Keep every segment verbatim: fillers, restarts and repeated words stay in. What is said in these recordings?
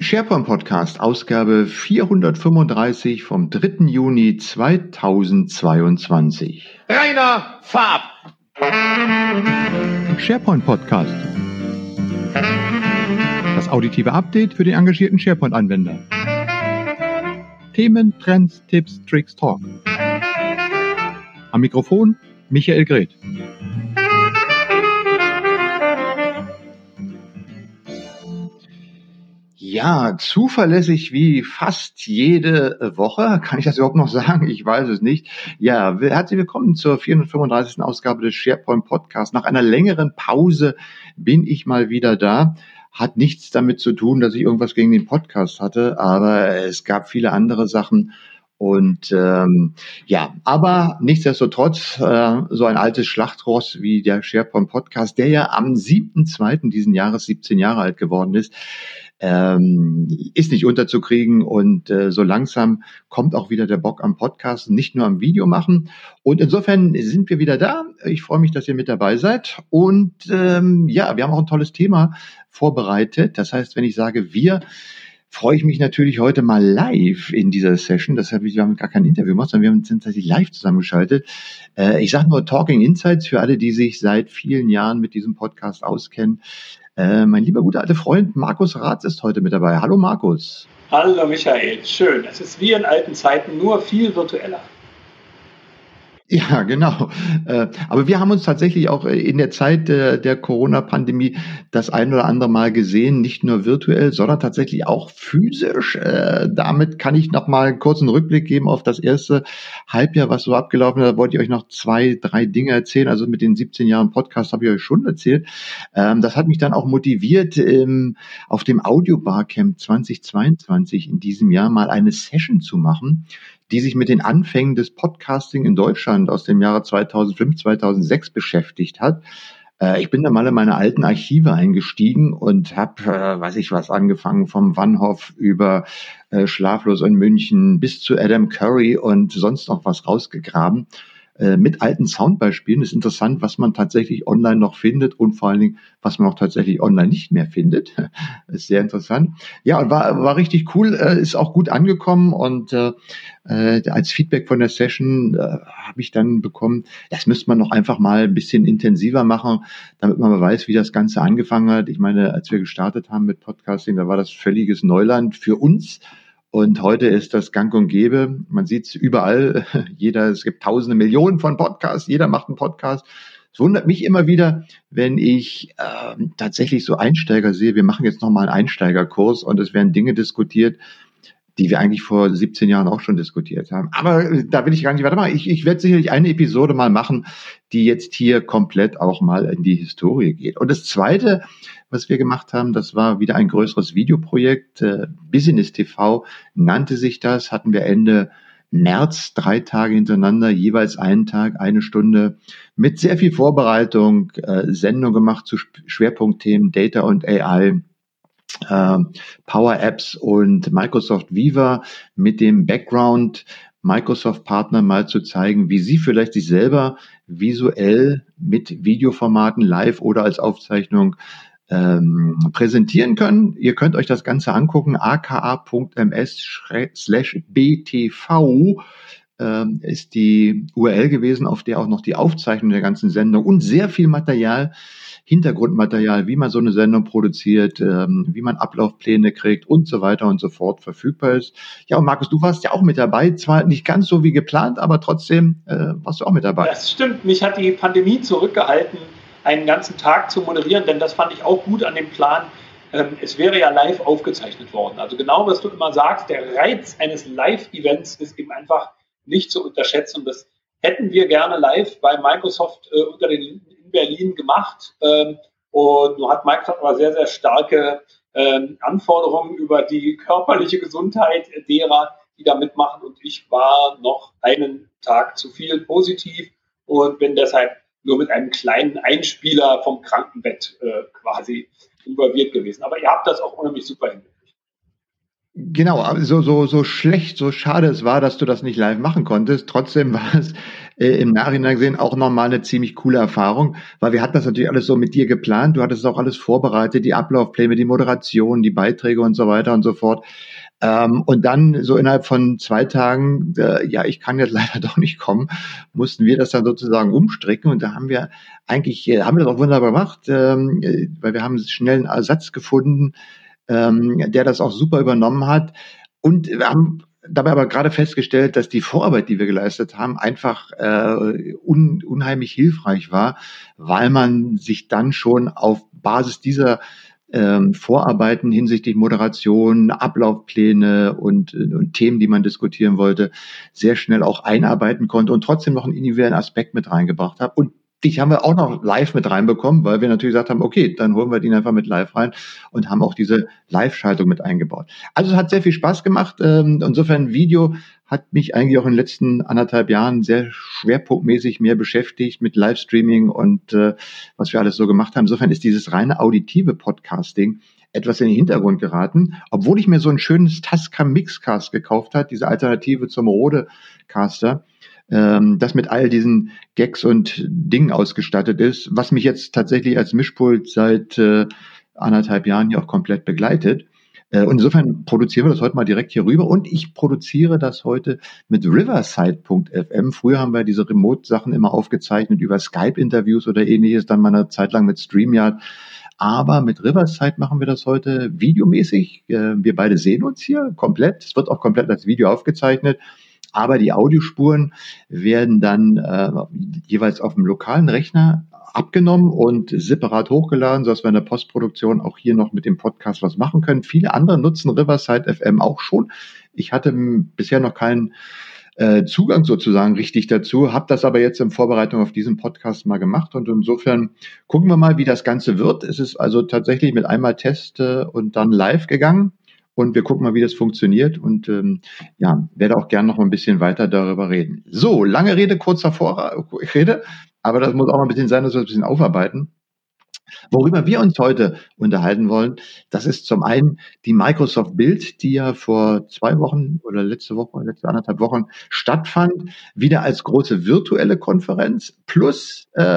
SharePoint Podcast, Ausgabe vierhundertfünfunddreißig vom dritten Juni zweitausendzweiundzwanzig. Rainer Farb! SharePoint Podcast. Das auditive Update für den engagierten SharePoint-Anwender. Themen, Trends, Tipps, Tricks, Talk. Am Mikrofon Michael Greth. Ja, zuverlässig wie fast jede Woche. Kann ich das überhaupt noch sagen? Ich weiß es nicht. Ja, herzlich willkommen zur vierhundertfünfunddreißigsten Ausgabe des SharePoint Podcasts. Nach einer längeren Pause bin ich mal wieder da. Hat nichts damit zu tun, dass ich irgendwas gegen den Podcast hatte, aber es gab viele andere Sachen. Und ähm, ja, aber nichtsdestotrotz äh, so ein altes Schlachtross wie der SharePoint Podcast, der ja am siebten zweiten diesen Jahres siebzehn Jahre alt geworden ist, ähm, ist nicht unterzukriegen und äh, so langsam kommt auch wieder der Bock am Podcast, nicht nur am Video machen. Und insofern sind wir wieder da. Ich freue mich, dass ihr mit dabei seid. Und ähm, ja, wir haben auch ein tolles Thema vorbereitet. Das heißt, wenn ich sage wir, freue ich mich natürlich heute mal live in dieser Session. Deshalb wir haben gar kein Interview gemacht, sondern wir sind tatsächlich live zusammengeschaltet. Äh, ich sage nur Talking Insights für alle, die sich seit vielen Jahren mit diesem Podcast auskennen. Äh, mein lieber guter alter Freund Markus Rath ist heute mit dabei. Hallo Markus. Hallo Michael, schön. Es ist wie in alten Zeiten, nur viel virtueller. Ja, genau. Aber wir haben uns tatsächlich auch in der Zeit der Corona-Pandemie das ein oder andere Mal gesehen, nicht nur virtuell, sondern tatsächlich auch physisch. Damit kann ich noch mal einen kurzen Rückblick geben auf das erste Halbjahr, was so abgelaufen ist. Da wollte ich euch noch zwei, drei Dinge erzählen. Also mit den siebzehn Jahren Podcast habe ich euch schon erzählt. Das hat mich dann auch motiviert, auf dem Audio-Barcamp zweitausendzweiundzwanzig in diesem Jahr mal eine Session zu machen, die sich mit den Anfängen des Podcasting in Deutschland aus dem Jahre zweitausendfünf, zweitausendsechs beschäftigt hat. Äh, ich bin da mal in meine alten Archive eingestiegen und habe, äh, weiß ich was, angefangen vom Wannhoff über äh, Schlaflos in München bis zu Adam Curry und sonst noch was rausgegraben. Äh, mit alten Soundbeispielen. Es ist interessant, was man tatsächlich online noch findet und vor allen Dingen, was man auch tatsächlich online nicht mehr findet. Das ist sehr interessant. Ja, und war, war richtig cool, äh, ist auch gut angekommen und äh, als Feedback von der Session äh, habe ich dann bekommen, das müsste man noch einfach mal ein bisschen intensiver machen, damit man mal weiß, wie das Ganze angefangen hat. Ich meine, als wir gestartet haben mit Podcasting, da war das völliges Neuland für uns. Und heute ist das gang und gäbe. Man sieht es überall. Jeder, es gibt tausende, Millionen von Podcasts. Jeder macht einen Podcast. Es wundert mich immer wieder, wenn ich äh, tatsächlich so Einsteiger sehe. Wir machen jetzt nochmal einen Einsteigerkurs und es werden Dinge diskutiert, die wir eigentlich vor siebzehn Jahren auch schon diskutiert haben. Aber da will ich gar nicht weitermachen. Ich, ich werde sicherlich eine Episode mal machen, die jetzt hier komplett auch mal in die Historie geht. Und das Zweite, was wir gemacht haben, das war wieder ein größeres Videoprojekt. Äh, Business T V nannte sich das. Hatten wir Ende März drei Tage hintereinander, jeweils einen Tag, eine Stunde mit sehr viel Vorbereitung, äh, Sendung gemacht zu Schwerpunktthemen Data und A I. Uh, Power Apps und Microsoft Viva mit dem Background Microsoft-Partner mal zu zeigen, wie sie vielleicht sich selber visuell mit Videoformaten live oder als Aufzeichnung ähm, präsentieren können. Ihr könnt euch das Ganze angucken, aka.ms slash btv ähm, ist die U R L gewesen, auf der auch noch die Aufzeichnung der ganzen Sendung und sehr viel Material, Hintergrundmaterial, wie man so eine Sendung produziert, ähm, wie man Ablaufpläne kriegt und so weiter und so fort verfügbar ist. Ja, und Markus, du warst ja auch mit dabei, zwar nicht ganz so wie geplant, aber trotzdem äh, warst du auch mit dabei. Das stimmt, mich hat die Pandemie zurückgehalten, einen ganzen Tag zu moderieren, denn das fand ich auch gut an dem Plan. Ähm, es wäre ja live aufgezeichnet worden. Also genau, was du immer sagst, der Reiz eines Live-Events ist eben einfach nicht zu unterschätzen. Und das hätten wir gerne live bei Microsoft äh, unter den Linden in Berlin gemacht. Ähm, und nun hat Microsoft aber sehr, sehr starke ähm, Anforderungen über die körperliche Gesundheit derer, die da mitmachen. Und ich war noch einen Tag zu viel positiv und bin deshalb nur mit einem kleinen Einspieler vom Krankenbett äh, quasi involviert gewesen. Aber ihr habt das auch unheimlich super hingekriegt. Genau, aber so, so, so schlecht, so schade es war, dass du das nicht live machen konntest. Trotzdem war es äh, im Nachhinein gesehen auch nochmal eine ziemlich coole Erfahrung, weil wir hatten das natürlich alles so mit dir geplant. Du hattest auch alles vorbereitet, die Ablaufpläne, die Moderation, die Beiträge und so weiter und so fort. Ähm, und dann so innerhalb von zwei Tagen, äh, ja, ich kann jetzt leider doch nicht kommen, mussten wir das dann sozusagen umstricken. Und da haben wir eigentlich, äh, haben wir das auch wunderbar gemacht, ähm, äh, weil wir haben schnell einen Ersatz gefunden, ähm, der das auch super übernommen hat. Und wir haben dabei aber gerade festgestellt, dass die Vorarbeit, die wir geleistet haben, einfach äh, un, unheimlich hilfreich war, weil man sich dann schon auf Basis dieser ähm, Vorarbeiten hinsichtlich Moderation, Ablaufpläne und, und Themen, die man diskutieren wollte, sehr schnell auch einarbeiten konnte und trotzdem noch einen individuellen Aspekt mit reingebracht hat. Und dich haben wir auch noch live mit reinbekommen, weil wir natürlich gesagt haben, okay, dann holen wir den einfach mit live rein und haben auch diese Live-Schaltung mit eingebaut. Also es hat sehr viel Spaß gemacht. Ähm, insofern Video hat mich eigentlich auch in den letzten anderthalb Jahren sehr schwerpunktmäßig mehr beschäftigt mit Livestreaming und äh, was wir alles so gemacht haben. Insofern ist dieses reine auditive Podcasting etwas in den Hintergrund geraten, obwohl ich mir so ein schönes Tascam Mixcast gekauft habe, diese Alternative zum Rodecaster, ähm, das mit all diesen Gags und Dingen ausgestattet ist, was mich jetzt tatsächlich als Mischpult seit äh, anderthalb Jahren hier auch komplett begleitet. Äh, und insofern produzieren wir das heute mal direkt hier rüber und ich produziere das heute mit Riverside Punkt F M. Früher haben wir diese Remote-Sachen immer aufgezeichnet über Skype-Interviews oder ähnliches, dann mal eine Zeit lang mit StreamYard. Aber mit Riverside machen wir das heute videomäßig. Äh, wir beide sehen uns hier komplett. Es wird auch komplett als Video aufgezeichnet. Aber die Audiospuren werden dann äh, jeweils auf dem lokalen Rechner abgenommen und separat hochgeladen, sodass wir in der Postproduktion auch hier noch mit dem Podcast was machen können. Viele andere nutzen Riverside F M auch schon. Ich hatte m, bisher noch keinen äh, Zugang sozusagen richtig dazu, habe das aber jetzt in Vorbereitung auf diesen Podcast mal gemacht und insofern gucken wir mal, wie das Ganze wird. Es ist also tatsächlich mit einmal Test äh, und dann live gegangen. Und wir gucken mal, wie das funktioniert und ähm, ja, werde auch gerne noch mal ein bisschen weiter darüber reden. So, lange Rede, kurzer Vorrede, aber das muss auch mal ein bisschen sein, dass wir das ein bisschen aufarbeiten. Worüber wir uns heute unterhalten wollen, das ist zum einen die Microsoft Build, die ja vor zwei Wochen oder letzte Woche, letzte anderthalb Wochen stattfand, wieder als große virtuelle Konferenz plus äh,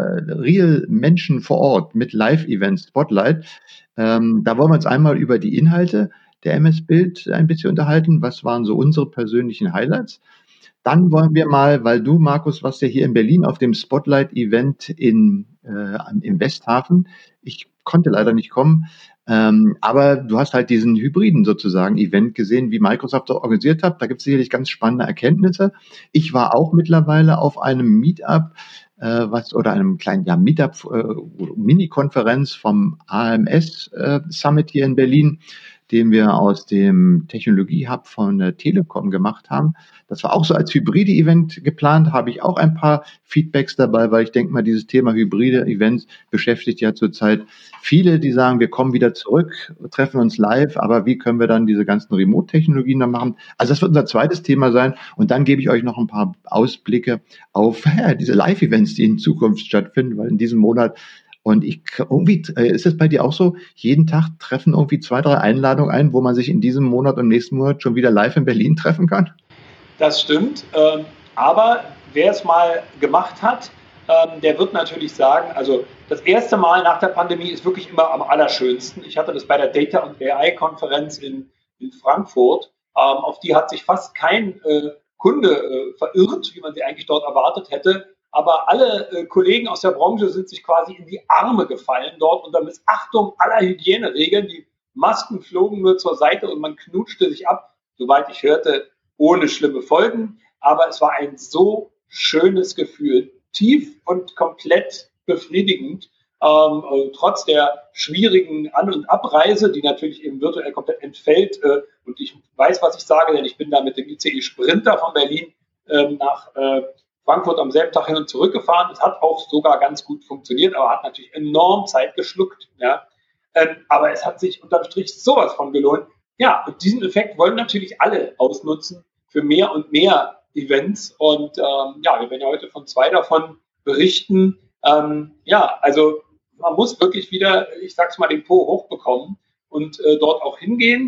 real Menschen vor Ort mit Live-Event Spotlight. Ähm, da wollen wir uns einmal über die Inhalte der M S Build ein bisschen unterhalten. Was waren so unsere persönlichen Highlights? Dann wollen wir mal, weil du, Markus, warst ja hier in Berlin auf dem Spotlight-Event in, äh, im Westhafen. Ich konnte leider nicht kommen, ähm, aber du hast halt diesen hybriden sozusagen Event gesehen, wie Microsoft das organisiert hat. Da gibt es sicherlich ganz spannende Erkenntnisse. Ich war auch mittlerweile auf einem Meetup, äh, was oder einem kleinen ja, Meetup, äh, Mini-Konferenz vom A M S äh, Summit hier in Berlin, den wir aus dem Technologie-Hub von der Telekom gemacht haben. Das war auch so als hybride Event geplant, habe ich auch ein paar Feedbacks dabei, weil ich denke mal, dieses Thema hybride Events beschäftigt ja zurzeit viele, die sagen, wir kommen wieder zurück, treffen uns live, aber wie können wir dann diese ganzen Remote-Technologien da machen? Also das wird unser zweites Thema sein und dann gebe ich euch noch ein paar Ausblicke auf ja, diese Live-Events, die in Zukunft stattfinden, weil in diesem Monat und ich irgendwie, ist es bei dir auch so, jeden Tag treffen irgendwie zwei, drei Einladungen ein, wo man sich in diesem Monat und nächsten Monat schon wieder live in Berlin treffen kann? Das stimmt, ähm, aber wer es mal gemacht hat, ähm, der wird natürlich sagen, also das erste Mal nach der Pandemie ist wirklich immer am allerschönsten. Ich hatte das bei der Data- und A I-Konferenz in, in Frankfurt, ähm, auf die hat sich fast kein äh, Kunde äh, verirrt, wie man sie eigentlich dort erwartet hätte. Aber alle äh, Kollegen aus der Branche sind sich quasi in die Arme gefallen dort unter Missachtung aller Hygieneregeln. Die Masken flogen nur zur Seite und man knutschte sich ab, soweit ich hörte, ohne schlimme Folgen. Aber es war ein so schönes Gefühl, tief und komplett befriedigend, ähm, äh, trotz der schwierigen An- und Abreise, die natürlich eben virtuell komplett entfällt. Äh, und ich weiß, was ich sage, denn ich bin da mit dem I C E Sprinter von Berlin ähm, nach äh, Frankfurt am selben Tag hin und zurück gefahren. Es hat auch sogar ganz gut funktioniert, aber hat natürlich enorm Zeit geschluckt. Ja. Ähm, aber es hat sich unterm Strich sowas von gelohnt. Ja, und diesen Effekt wollen natürlich alle ausnutzen für mehr und mehr Events. Und ähm, ja, wir werden ja heute von zwei davon berichten. Ähm, ja, also man muss wirklich wieder, ich sag's mal, den Po hochbekommen und äh, dort auch hingehen.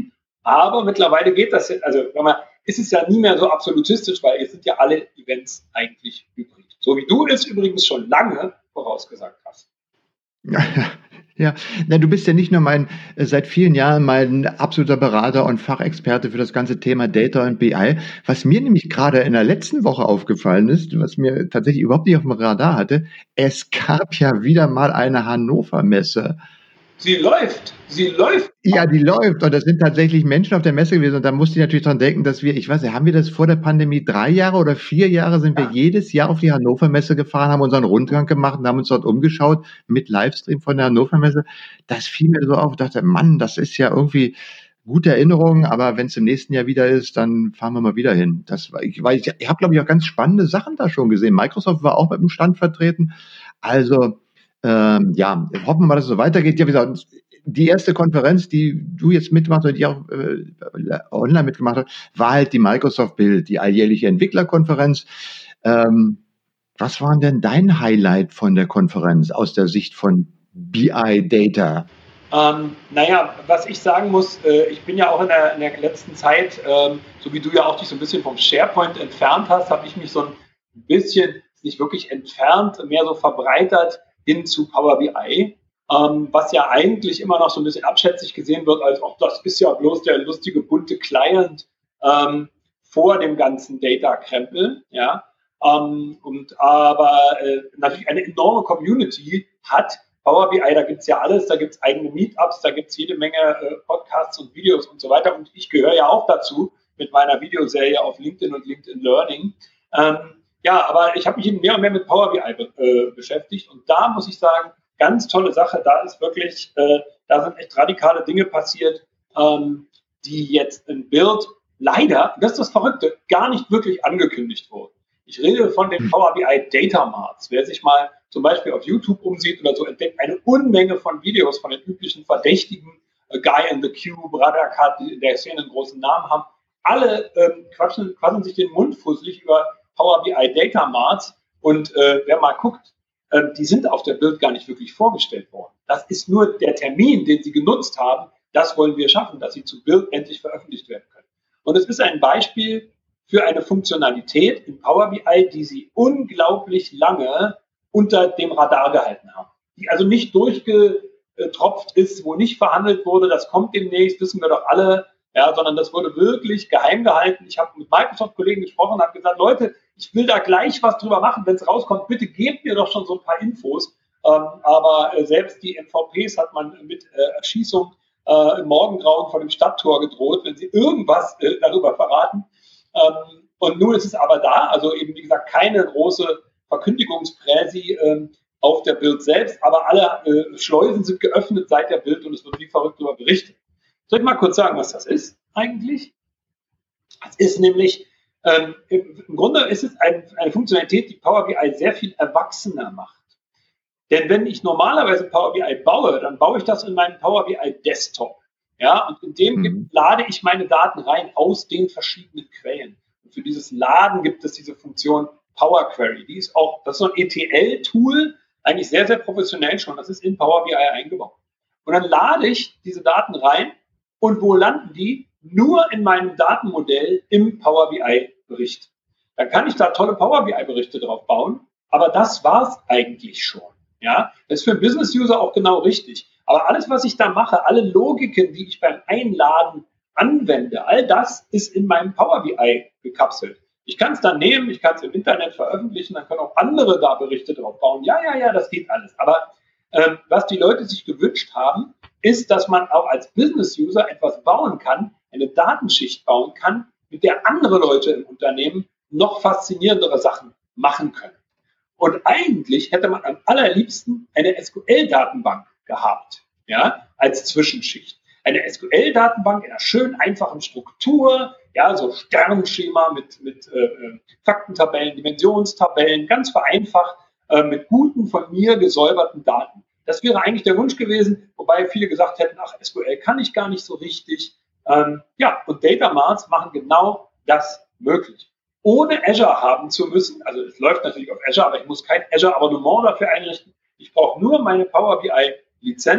Aber mittlerweile geht das, also wenn man, ist es ja nie mehr so absolutistisch, weil jetzt sind ja alle Events eigentlich hybrid. So wie du es übrigens schon lange vorausgesagt hast. Ja, na, du bist ja nicht nur mein, äh, seit vielen Jahren mein absoluter Berater und Fachexperte für das ganze Thema Data und B I. Was mir nämlich gerade in der letzten Woche aufgefallen ist, was mir tatsächlich überhaupt nicht auf dem Radar hatte, es gab ja wieder mal eine Hannover-Messe. Sie läuft, sie läuft. Ja, die läuft. Und das sind tatsächlich Menschen auf der Messe gewesen. Und da musste ich natürlich dran denken, dass wir, ich weiß nicht, haben wir das vor der Pandemie drei Jahre oder vier Jahre sind wir Ja. jedes Jahr auf die Hannover Messe gefahren, haben unseren Rundgang gemacht und haben uns dort umgeschaut mit Livestream von der Hannover Messe. Das fiel mir so auf. Ich dachte, Mann, das ist ja irgendwie gute Erinnerung. Aber wenn es im nächsten Jahr wieder ist, dann fahren wir mal wieder hin. Das war, ich, weil ich, ich habe, glaube ich, auch ganz spannende Sachen da schon gesehen. Microsoft war auch mit dem Stand vertreten. Also, ähm, ja, hoffen wir mal, dass es so weitergeht. Ja, wie gesagt, die erste Konferenz, die du jetzt mitmachst und die auch äh, online mitgemacht hast, war halt die Microsoft Build, die alljährliche Entwicklerkonferenz. Ähm, was war denn dein Highlight von der Konferenz aus der Sicht von B I Data? Ähm, naja, was ich sagen muss, äh, ich bin ja auch in der, in der letzten Zeit, ähm, so wie du ja auch dich so ein bisschen vom SharePoint entfernt hast, habe ich mich so ein bisschen, nicht wirklich entfernt, mehr so verbreitert hin zu Power B I. Ähm, was ja eigentlich immer noch so ein bisschen abschätzig gesehen wird, als auch das ist ja bloß der lustige bunte Client ähm, vor dem ganzen Data-Krempel, ja. Ähm, und aber äh, natürlich eine enorme Community hat Power B I, da gibt's ja alles, da gibt's eigene Meetups, da gibt's jede Menge äh, Podcasts und Videos und so weiter. Und ich gehöre ja auch dazu mit meiner Videoserie auf LinkedIn und LinkedIn Learning. Ähm, ja, aber ich habe mich eben mehr und mehr mit Power B I be- äh, beschäftigt. Und da muss ich sagen, ganz tolle Sache. Da ist wirklich, äh, da sind echt radikale Dinge passiert, ähm, die jetzt in Build leider, das ist das Verrückte, gar nicht wirklich angekündigt wurden. Ich rede von den Power B I Data Marts. Wer sich mal zum Beispiel auf YouTube umsieht oder so, entdeckt eine Unmenge von Videos von den üblichen Verdächtigen, äh, Guy in the Cube, Radakart, die in der Szene einen großen Namen haben. Alle ähm, quatschen, quatschen sich den Mund fusselig über Power B I Data Marts. Und äh, wer mal guckt, äh, die sind auf der Build gar nicht wirklich vorgestellt worden. Das ist nur der Termin, den sie genutzt haben. Das wollen wir schaffen, dass sie zu Build endlich veröffentlicht werden können. Und es ist ein Beispiel für eine Funktionalität in Power B I, die sie unglaublich lange unter dem Radar gehalten haben. Die also nicht durchgetropft ist, wo nicht verhandelt wurde, das kommt demnächst, wissen wir doch alle, ja, sondern das wurde wirklich geheim gehalten. Ich habe mit Microsoft-Kollegen gesprochen und habe gesagt, Leute, ich will da gleich was drüber machen, wenn es rauskommt, bitte gebt mir doch schon so ein paar Infos. Ähm, aber äh, selbst die M V Ps hat man mit äh, Erschießung äh, im Morgengrauen vor dem Stadttor gedroht, wenn sie irgendwas äh, darüber verraten. Ähm, und nun ist es aber da, also eben wie gesagt keine große Verkündigungspräsi ähm, auf der Build selbst, aber alle äh, Schleusen sind geöffnet seit der Build und es wird wie verrückt darüber berichtet. Soll ich mal kurz sagen, was das ist eigentlich? Das ist nämlich, ähm, im Grunde ist es ein, eine Funktionalität, die Power B I sehr viel erwachsener macht. Denn wenn ich normalerweise Power B I baue, dann baue ich das in meinen Power B I Desktop. Ja, und in dem mhm. gibt, lade ich meine Daten rein aus den verschiedenen Quellen. Und für dieses Laden gibt es diese Funktion Power Query. Die ist auch, das ist so ein E T L-Tool, eigentlich sehr, sehr professionell schon. Das ist in Power B I eingebaut. Und dann lade ich diese Daten rein und wo landen die? Nur in meinem Datenmodell im Power B I-Bericht. Dann kann ich da tolle Power B I-Berichte drauf bauen, aber das war's eigentlich schon. Ja, das ist für einen Business-User auch genau richtig. Aber alles, was ich da mache, alle Logiken, die ich beim Einladen anwende, all das ist in meinem Power B I gekapselt. Ich kann es dann nehmen, ich kann es im Internet veröffentlichen, dann können auch andere da Berichte drauf bauen. Ja, ja, ja, das geht alles. Aber ähm, was die Leute sich gewünscht haben, ist, dass man auch als Business-User etwas bauen kann, eine Datenschicht bauen kann, mit der andere Leute im Unternehmen noch faszinierendere Sachen machen können. Und eigentlich hätte man am allerliebsten eine S Q L-Datenbank gehabt, ja, als Zwischenschicht. Eine S Q L-Datenbank in einer schön einfachen Struktur, ja, so Sternenschema mit, mit äh, Faktentabellen, Dimensionstabellen, ganz vereinfacht, äh, mit guten, von mir gesäuberten Daten. Das wäre eigentlich der Wunsch gewesen, wobei viele gesagt hätten, ach, S Q L kann ich gar nicht so richtig. Ähm, ja, und Data Marts machen genau das möglich. Ohne Azure haben zu müssen, also es läuft natürlich auf Azure, aber ich muss kein Azure-Abonnement dafür einrichten. Ich brauche nur meine Power B I-Lizenz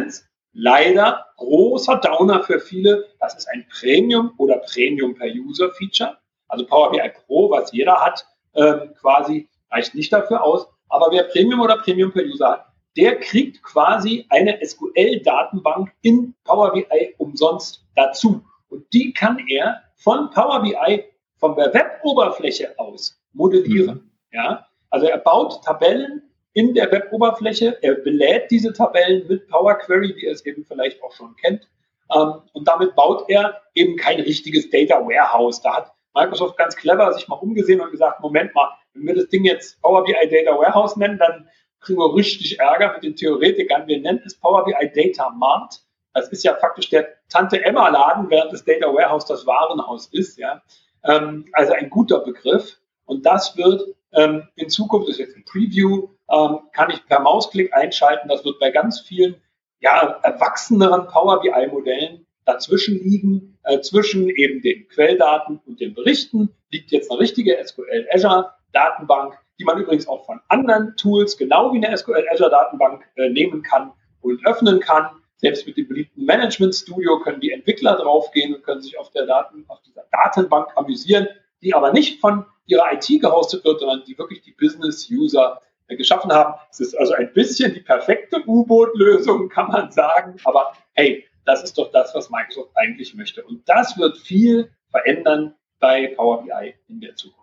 Leider großer Downer für viele. Das ist ein Premium- oder Premium-per-User-Feature. Also Power B I Pro, was jeder hat, ähm, quasi reicht nicht dafür aus. Aber wer Premium oder Premium per User hat, der kriegt quasi eine S Q L-Datenbank in Power B I umsonst dazu. Und die kann er von Power B I, von der Web-Oberfläche aus modellieren. Mhm. Ja? Also er baut Tabellen in der Web-Oberfläche, er belädt diese Tabellen mit Power Query, wie er es eben vielleicht auch schon kennt. Ähm, und damit baut er eben kein richtiges Data Warehouse. Da hat Microsoft ganz clever sich mal umgesehen und gesagt, Moment mal, wenn wir das Ding jetzt Power B I Data Warehouse nennen, dann kriegen wir richtig Ärger mit den Theoretikern. Wir nennen es Power B I Data Mart. Das ist ja faktisch der Tante-Emma-Laden, während das Data Warehouse das Warenhaus ist. Ja. Ähm, also ein guter Begriff. Und das wird ähm, in Zukunft, das ist jetzt ein Preview, ähm, kann ich per Mausklick einschalten. Das wird bei ganz vielen ja, erwachseneren Power B I-Modellen dazwischen liegen, äh, zwischen eben den Quelldaten und den Berichten, liegt jetzt eine richtige S Q L Azure Datenbank, die man übrigens auch von anderen Tools, genau wie eine S Q L Azure Datenbank, äh, nehmen kann und öffnen kann. Selbst mit dem beliebten Management Studio können die Entwickler draufgehen und können sich auf der Daten, auf dieser Datenbank amüsieren, die aber nicht von ihrer I T gehostet wird, sondern die wirklich die Business-User äh, geschaffen haben. Es ist also ein bisschen die perfekte U-Boot-Lösung, kann man sagen. Aber hey, das ist doch das, was Microsoft eigentlich möchte. Und das wird viel verändern bei Power B I in der Zukunft.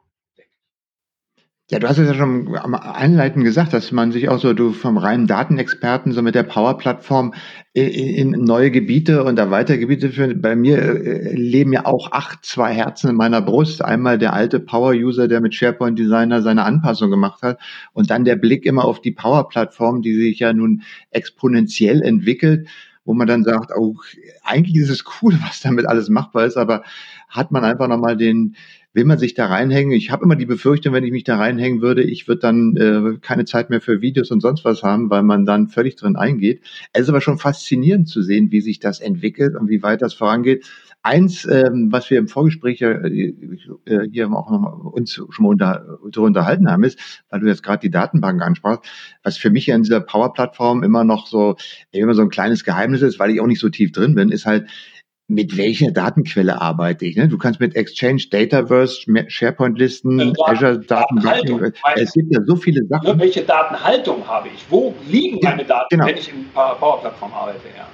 Ja, du hast es ja schon am Einleiten gesagt, dass man sich auch so du vom reinen Datenexperten so mit der Power-Plattform in, in neue Gebiete und Erweitergebiete führt. Bei mir äh, leben ja auch acht, zwei Herzen in meiner Brust. Einmal der alte Power-User, der mit SharePoint Designer seine Anpassung gemacht hat, und dann der Blick immer auf die Power-Plattform, die sich ja nun exponentiell entwickelt, wo man dann sagt, oh, eigentlich ist es cool, was damit alles machbar ist, aber hat man einfach nochmal den, will man sich da reinhängen? Ich habe immer die Befürchtung, wenn ich mich da reinhängen würde, ich würde dann äh, keine Zeit mehr für Videos und sonst was haben, weil man dann völlig drin eingeht. Es ist aber schon faszinierend zu sehen, wie sich das entwickelt und wie weit das vorangeht. Eins, ähm, was wir im Vorgespräch äh, äh, hier auch noch mal uns schon mal unter, unterhalten haben, ist, weil du jetzt gerade die Datenbank ansprachst, was für mich ja in dieser Power-Plattform immer noch so, immer so ein kleines Geheimnis ist, weil ich auch nicht so tief drin bin, ist halt, mit welcher Datenquelle arbeite ich? Ne? Du kannst mit Exchange, Dataverse, SharePoint-Listen, Ja, Azure Datenbanken, es gibt ja so viele Sachen. Ne, welche Datenhaltung habe ich? Wo liegen ja, meine Daten, genau. wenn ich in Power-Plattform arbeite? Ja.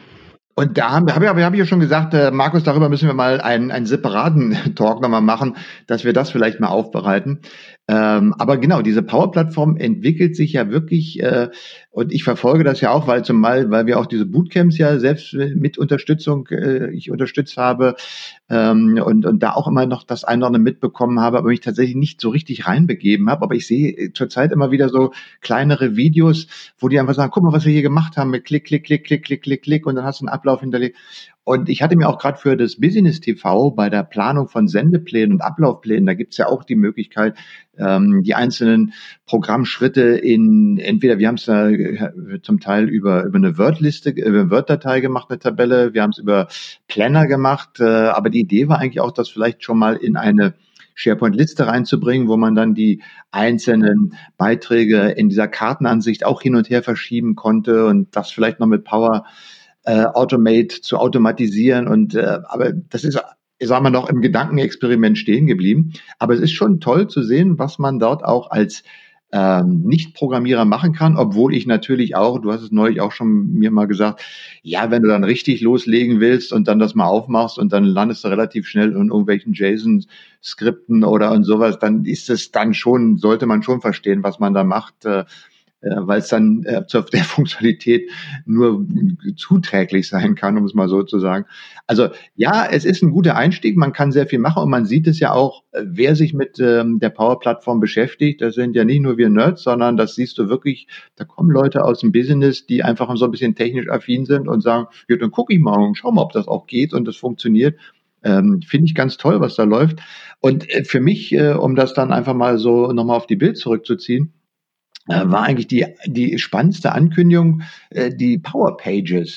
Und da haben wir, habe ich, hab ich ja schon gesagt, äh, Markus, darüber müssen wir mal einen, einen separaten Talk nochmal machen, dass wir das vielleicht mal aufbereiten. Ähm, aber genau, diese Power-Plattform entwickelt sich ja wirklich, äh, und ich verfolge das ja auch, weil zumal, weil wir auch diese Bootcamps ja selbst mit Unterstützung, äh, ich unterstützt habe, ähm, und, und da auch immer noch das eine oder andere mitbekommen habe, aber mich tatsächlich nicht so richtig reinbegeben habe. Aber ich sehe zurzeit immer wieder so kleinere Videos, wo die einfach sagen, guck mal, was wir hier gemacht haben mit Klick, Klick, Klick, Klick, Klick, Klick, Klick, und dann hast du einen Ablauf hinterlegt. Und ich hatte mir auch gerade für das Business T V bei der Planung von Sendeplänen und Ablaufplänen, da gibt's ja auch die Möglichkeit, ähm, die einzelnen Programmschritte in, entweder wir haben es da zum Teil über über eine Word-Liste, über eine Word-Datei gemacht, eine Tabelle, wir haben es über Planner gemacht, äh, aber die Idee war eigentlich auch, das vielleicht schon mal in eine SharePoint-Liste reinzubringen, wo man dann die einzelnen Beiträge in dieser Kartenansicht auch hin und her verschieben konnte und das vielleicht noch mit Power Äh, Automate zu automatisieren, und äh, aber das ist, ich sag mal, noch im Gedankenexperiment stehen geblieben. Aber es ist schon toll zu sehen, was man dort auch als ähm, Nicht-Programmierer machen kann, obwohl ich natürlich auch, du hast es neulich auch schon mir mal gesagt, ja, wenn du dann richtig loslegen willst und dann das mal aufmachst und dann landest du relativ schnell in irgendwelchen JSON-Skripten oder und sowas, dann ist es dann schon, sollte man schon verstehen, was man da macht, äh, weil es dann äh, zur der Funktionalität nur zuträglich sein kann, um es mal so zu sagen. Also ja, es ist ein guter Einstieg, man kann sehr viel machen und man sieht es ja auch, wer sich mit ähm, der Power-Plattform beschäftigt, das sind ja nicht nur wir Nerds, sondern das siehst du wirklich, da kommen Leute aus dem Business, die einfach so ein bisschen technisch affin sind und sagen, ja, dann gucke ich mal und schau mal, ob das auch geht und das funktioniert. Ähm, finde ich ganz toll, was da läuft. Und äh, für mich, äh, um das dann einfach mal so nochmal auf die Bild zurückzuziehen, war eigentlich die, die spannendste Ankündigung, äh, die Power Pages.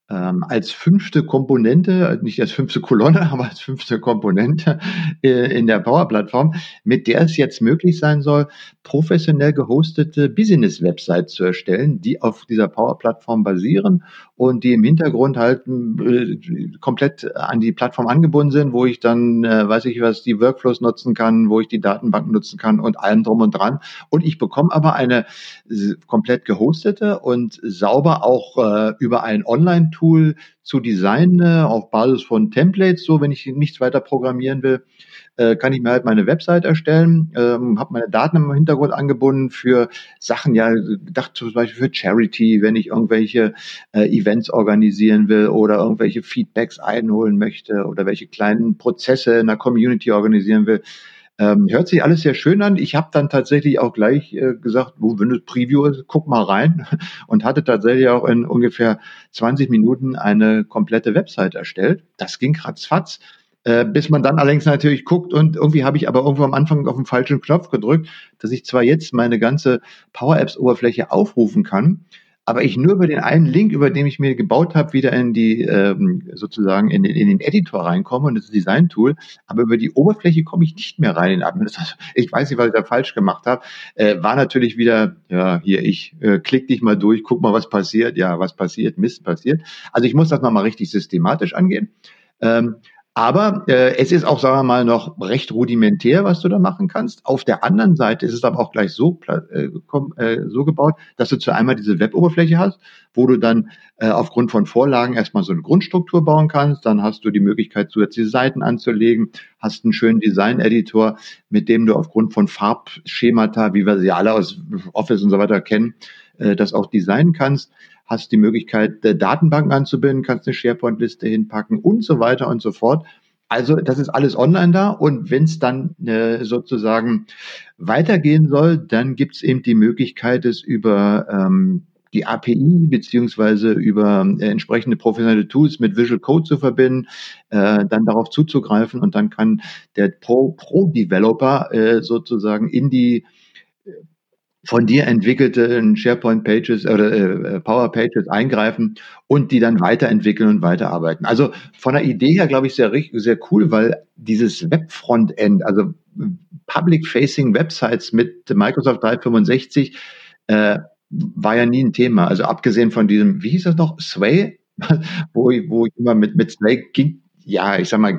ähm, als fünfte Komponente, nicht als fünfte Kolonne, aber als fünfte Komponente äh, in der Power-Plattform, mit der es jetzt möglich sein soll, professionell gehostete Business-Websites zu erstellen, die auf dieser Power-Plattform basieren und die im Hintergrund halt äh, komplett an die Plattform angebunden sind, wo ich dann, äh, weiß ich was, die Workflows nutzen kann, wo ich die Datenbanken nutzen kann und allem drum und dran. Und ich bekomme aber eine äh, komplett gehostete und sauber auch äh, über ein Online-Tool zu designen, äh, auf Basis von Templates, so wenn ich nichts weiter programmieren will, äh, kann ich mir halt meine Website erstellen, ähm, habe meine Daten im Hintergrund angebunden für Sachen, ja, gedacht zum Beispiel für Charity, wenn ich irgendwelche äh, Events organisieren will oder irgendwelche Feedbacks einholen möchte oder welche kleinen Prozesse in der Community organisieren will. Ähm, hört sich alles sehr schön an. Ich habe dann tatsächlich auch gleich äh, gesagt, wo, wenn das Preview ist, guck mal rein und hatte tatsächlich auch in ungefähr zwanzig Minuten eine komplette Website erstellt. Das ging ratzfatz. Äh, bis man dann allerdings natürlich guckt und irgendwie habe ich aber irgendwo am Anfang auf den falschen Knopf gedrückt, dass ich zwar jetzt meine ganze Power Apps Oberfläche aufrufen kann, aber ich nur über den einen Link, über den ich mir gebaut habe, wieder in die ähm, sozusagen in den, in den Editor reinkomme und das Design-Tool, aber über die Oberfläche komme ich nicht mehr rein in Admin. Ich weiß nicht, was ich da falsch gemacht habe. Äh, war natürlich wieder, ja, hier, ich äh, klick dich mal durch, guck mal, was passiert. Ja, was passiert? Mist passiert. Also ich muss das nochmal richtig systematisch angehen. Ähm, aber äh, es ist auch, sagen wir mal, noch recht rudimentär, was du da machen kannst. Auf der anderen Seite ist es aber auch gleich so, äh, äh, so gebaut, dass du zu einmal diese Web-Oberfläche hast, wo du dann äh, aufgrund von Vorlagen erstmal so eine Grundstruktur bauen kannst. Dann hast du die Möglichkeit, zusätzliche Seiten anzulegen, hast einen schönen Design-Editor, mit dem du aufgrund von Farbschemata, wie wir sie alle aus Office und so weiter kennen, äh, das auch designen kannst. Hast die Möglichkeit, Datenbanken anzubinden, kannst eine SharePoint-Liste hinpacken und so weiter und so fort. Also das ist alles online da und wenn es dann äh, sozusagen weitergehen soll, dann gibt es eben die Möglichkeit, es über ähm, die A P I beziehungsweise über äh, entsprechende professionelle Tools mit Visual Code zu verbinden, äh, dann darauf zuzugreifen und dann kann der Pro, Pro-Developer äh, sozusagen in die von dir entwickelte SharePoint-Pages oder äh, Power-Pages eingreifen und die dann weiterentwickeln und weiterarbeiten. Also von der Idee her, glaube ich, sehr, sehr cool, weil dieses Web-Frontend, also Public-Facing Websites mit Microsoft dreihundertfünfundsechzig, äh, war ja nie ein Thema. Also abgesehen von diesem, wie hieß das noch, Sway, wo ich, wo ich immer mit, mit Sway ging, ja, ich sag mal,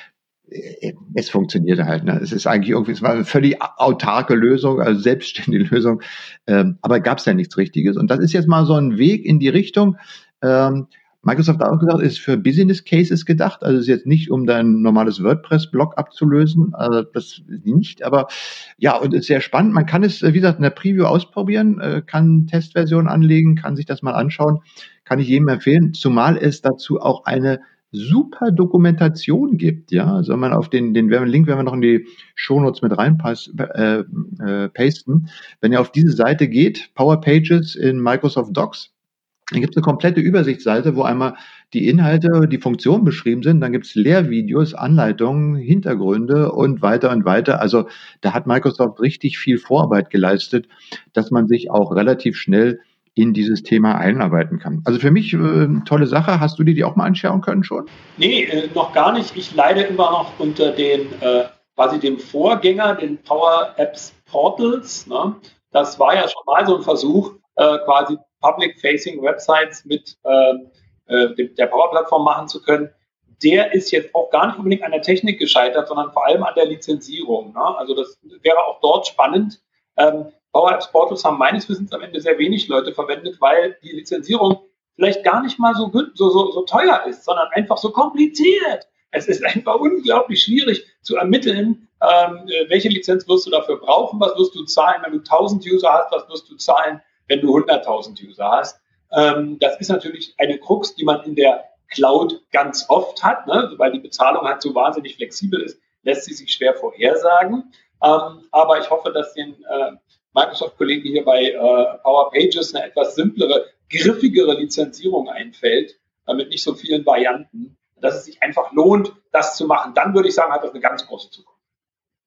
es funktionierte halt. Ne? Es ist eigentlich irgendwie, es war eine völlig autarke Lösung, also selbstständige Lösung, ähm, aber gab es ja nichts Richtiges. Und das ist jetzt mal so ein Weg in die Richtung. Ähm, Microsoft hat auch gesagt, ist für Business Cases gedacht, also ist jetzt nicht, um dein normales WordPress-Blog abzulösen, also das nicht, aber ja, und ist sehr spannend. Man kann es, wie gesagt, in der Preview ausprobieren, äh, kann Testversion anlegen, kann sich das mal anschauen, kann ich jedem empfehlen, zumal es dazu auch eine super Dokumentation gibt, ja, also wenn man auf den, den Link werden wir noch in die Shownotes mit reinpassen, äh, äh, pasten. Wenn ihr auf diese Seite geht, Power Pages in Microsoft Docs, dann gibt es eine komplette Übersichtsseite, wo einmal die Inhalte, die Funktionen beschrieben sind, dann gibt es Lehrvideos, Anleitungen, Hintergründe und weiter und weiter. Also da hat Microsoft richtig viel Vorarbeit geleistet, dass man sich auch relativ schnell in dieses Thema einarbeiten kann. Also für mich äh, tolle Sache. Hast du dir die auch mal anschauen können schon? Nee, äh, noch gar nicht. Ich leide immer noch unter den äh, quasi dem Vorgänger, den Power Apps Portals. Ne? Das war ja schon mal so ein Versuch, äh, quasi Public-Facing Websites mit äh, äh, der Power-Plattform machen zu können. Der ist jetzt auch gar nicht unbedingt an der Technik gescheitert, sondern vor allem an der Lizenzierung. Ne? Also das wäre auch dort spannend. Ähm, Power Apps Portals haben meines Wissens am Ende sehr wenig Leute verwendet, weil die Lizenzierung vielleicht gar nicht mal so, gut, so, so, so teuer ist, sondern einfach so kompliziert. Es ist einfach unglaublich schwierig zu ermitteln, ähm, welche Lizenz wirst du dafür brauchen, was wirst du zahlen, wenn du tausend User hast, was wirst du zahlen, wenn du hunderttausend User hast. Ähm, das ist natürlich eine Krux, die man in der Cloud ganz oft hat, ne? Weil die Bezahlung halt so wahnsinnig flexibel ist, lässt sie sich schwer vorhersagen. Ähm, aber ich hoffe, dass den äh, Microsoft-Kollegen hier bei äh, Power Pages eine etwas simplere, griffigere Lizenzierung einfällt, äh, mit nicht so vielen Varianten, dass es sich einfach lohnt, das zu machen. Dann würde ich sagen, hat das eine ganz große Zukunft.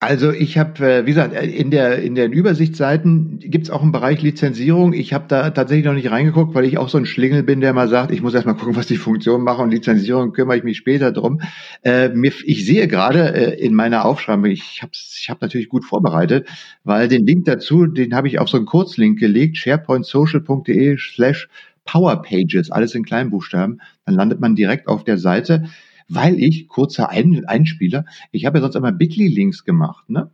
Also ich habe, äh, wie gesagt, äh, in der in den Übersichtsseiten gibt's auch einen Bereich Lizenzierung. Ich habe da tatsächlich noch nicht reingeguckt, weil ich auch so ein Schlingel bin, der mal sagt, ich muss erst mal gucken, was die Funktionen machen, und Lizenzierung kümmere ich mich später drum. Äh, mir, ich sehe gerade äh, in meiner Aufschreibung, ich habe ich hab natürlich gut vorbereitet, weil den Link dazu, den habe ich auf so einen Kurzlink gelegt, sharepointsocial.de slash powerpages, alles in Kleinbuchstaben. Dann landet man direkt auf der Seite, weil ich, kurzer Ein Einspieler, ich habe ja sonst immer Bitly-Links gemacht, ne?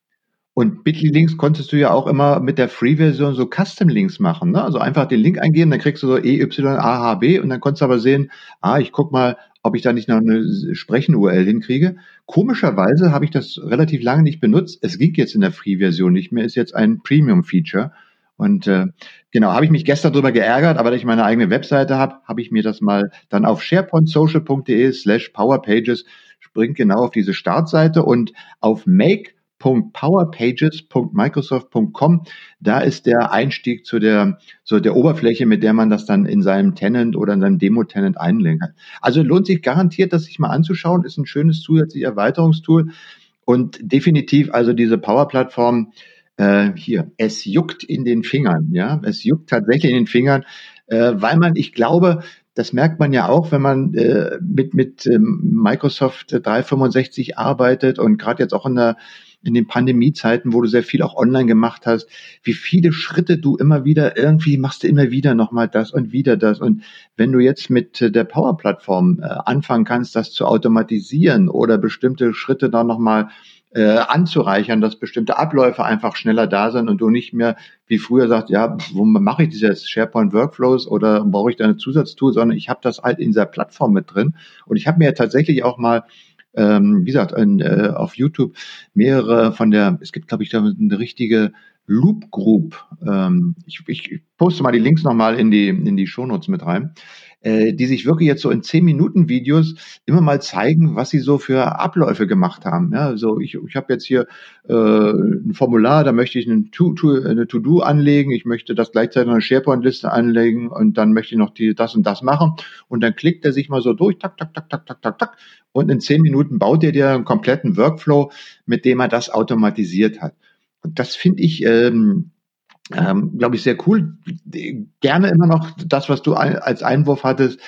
Und Bitly-Links konntest du ja auch immer mit der Free-Version so Custom-Links machen, ne? Also einfach den Link eingeben, dann kriegst du so E Y A H B, und dann konntest du aber sehen, ah, ich guck mal, ob ich da nicht noch eine Sprechen-U R L hinkriege. Komischerweise habe ich das relativ lange nicht benutzt. Es ging jetzt in der Free-Version nicht mehr, ist jetzt ein Premium-Feature. Und äh, genau, habe ich mich gestern drüber geärgert, aber da ich meine eigene Webseite habe, habe ich mir das mal dann auf sharepointsocial.de slash powerpages springt genau auf diese Startseite, und auf make Punkt powerpages Punkt microsoft Punkt com, da ist der Einstieg zu der, so der Oberfläche, mit der man das dann in seinem Tenant oder in seinem Demo-Tenant einlegen kann. Also lohnt sich garantiert, das sich mal anzuschauen, ist ein schönes zusätzliches Erweiterungstool, und definitiv also diese Power-Plattform, äh, hier, es juckt in den Fingern, ja, es juckt tatsächlich in den Fingern, äh, weil man, ich glaube, das merkt man ja auch, wenn man äh, mit mit ähm, Microsoft dreihundertfünfundsechzig arbeitet, und gerade jetzt auch in der in den Pandemiezeiten, wo du sehr viel auch online gemacht hast, wie viele Schritte du immer wieder, irgendwie machst du immer wieder nochmal das und wieder das. Und wenn du jetzt mit der Power-Plattform äh, anfangen kannst, das zu automatisieren oder bestimmte Schritte dann nochmal äh, anzureichern, dass bestimmte Abläufe einfach schneller da sind und du nicht mehr wie früher sagst, ja, wo mache ich das jetzt? SharePoint Workflows oder brauche ich da eine Zusatztool, sondern ich habe das halt in dieser Plattform mit drin. Und ich habe mir ja tatsächlich auch mal Ähm, wie gesagt, in, äh, auf YouTube mehrere von der, es gibt, glaube ich, da eine richtige Loop Group. Ähm, ich, ich poste mal die Links nochmal in die, in die Shownotes mit rein, äh, die sich wirklich jetzt so in zehn Minuten Videos immer mal zeigen, was sie so für Abläufe gemacht haben. Ja, also ich, ich habe jetzt hier äh, ein Formular, da möchte ich eine To- To- eine To-Do anlegen, ich möchte das gleichzeitig noch eine SharePoint-Liste anlegen, und dann möchte ich noch die, das und das machen, und dann klickt er sich mal so durch, tak, tak, tak, tak, tak, tak, tak, und in zehn Minuten baut er dir einen kompletten Workflow, mit dem er das automatisiert hat. Und das finde ich, ähm, ähm, glaube ich, sehr cool. Gerne immer noch das, was du ein, als Einwurf hattest.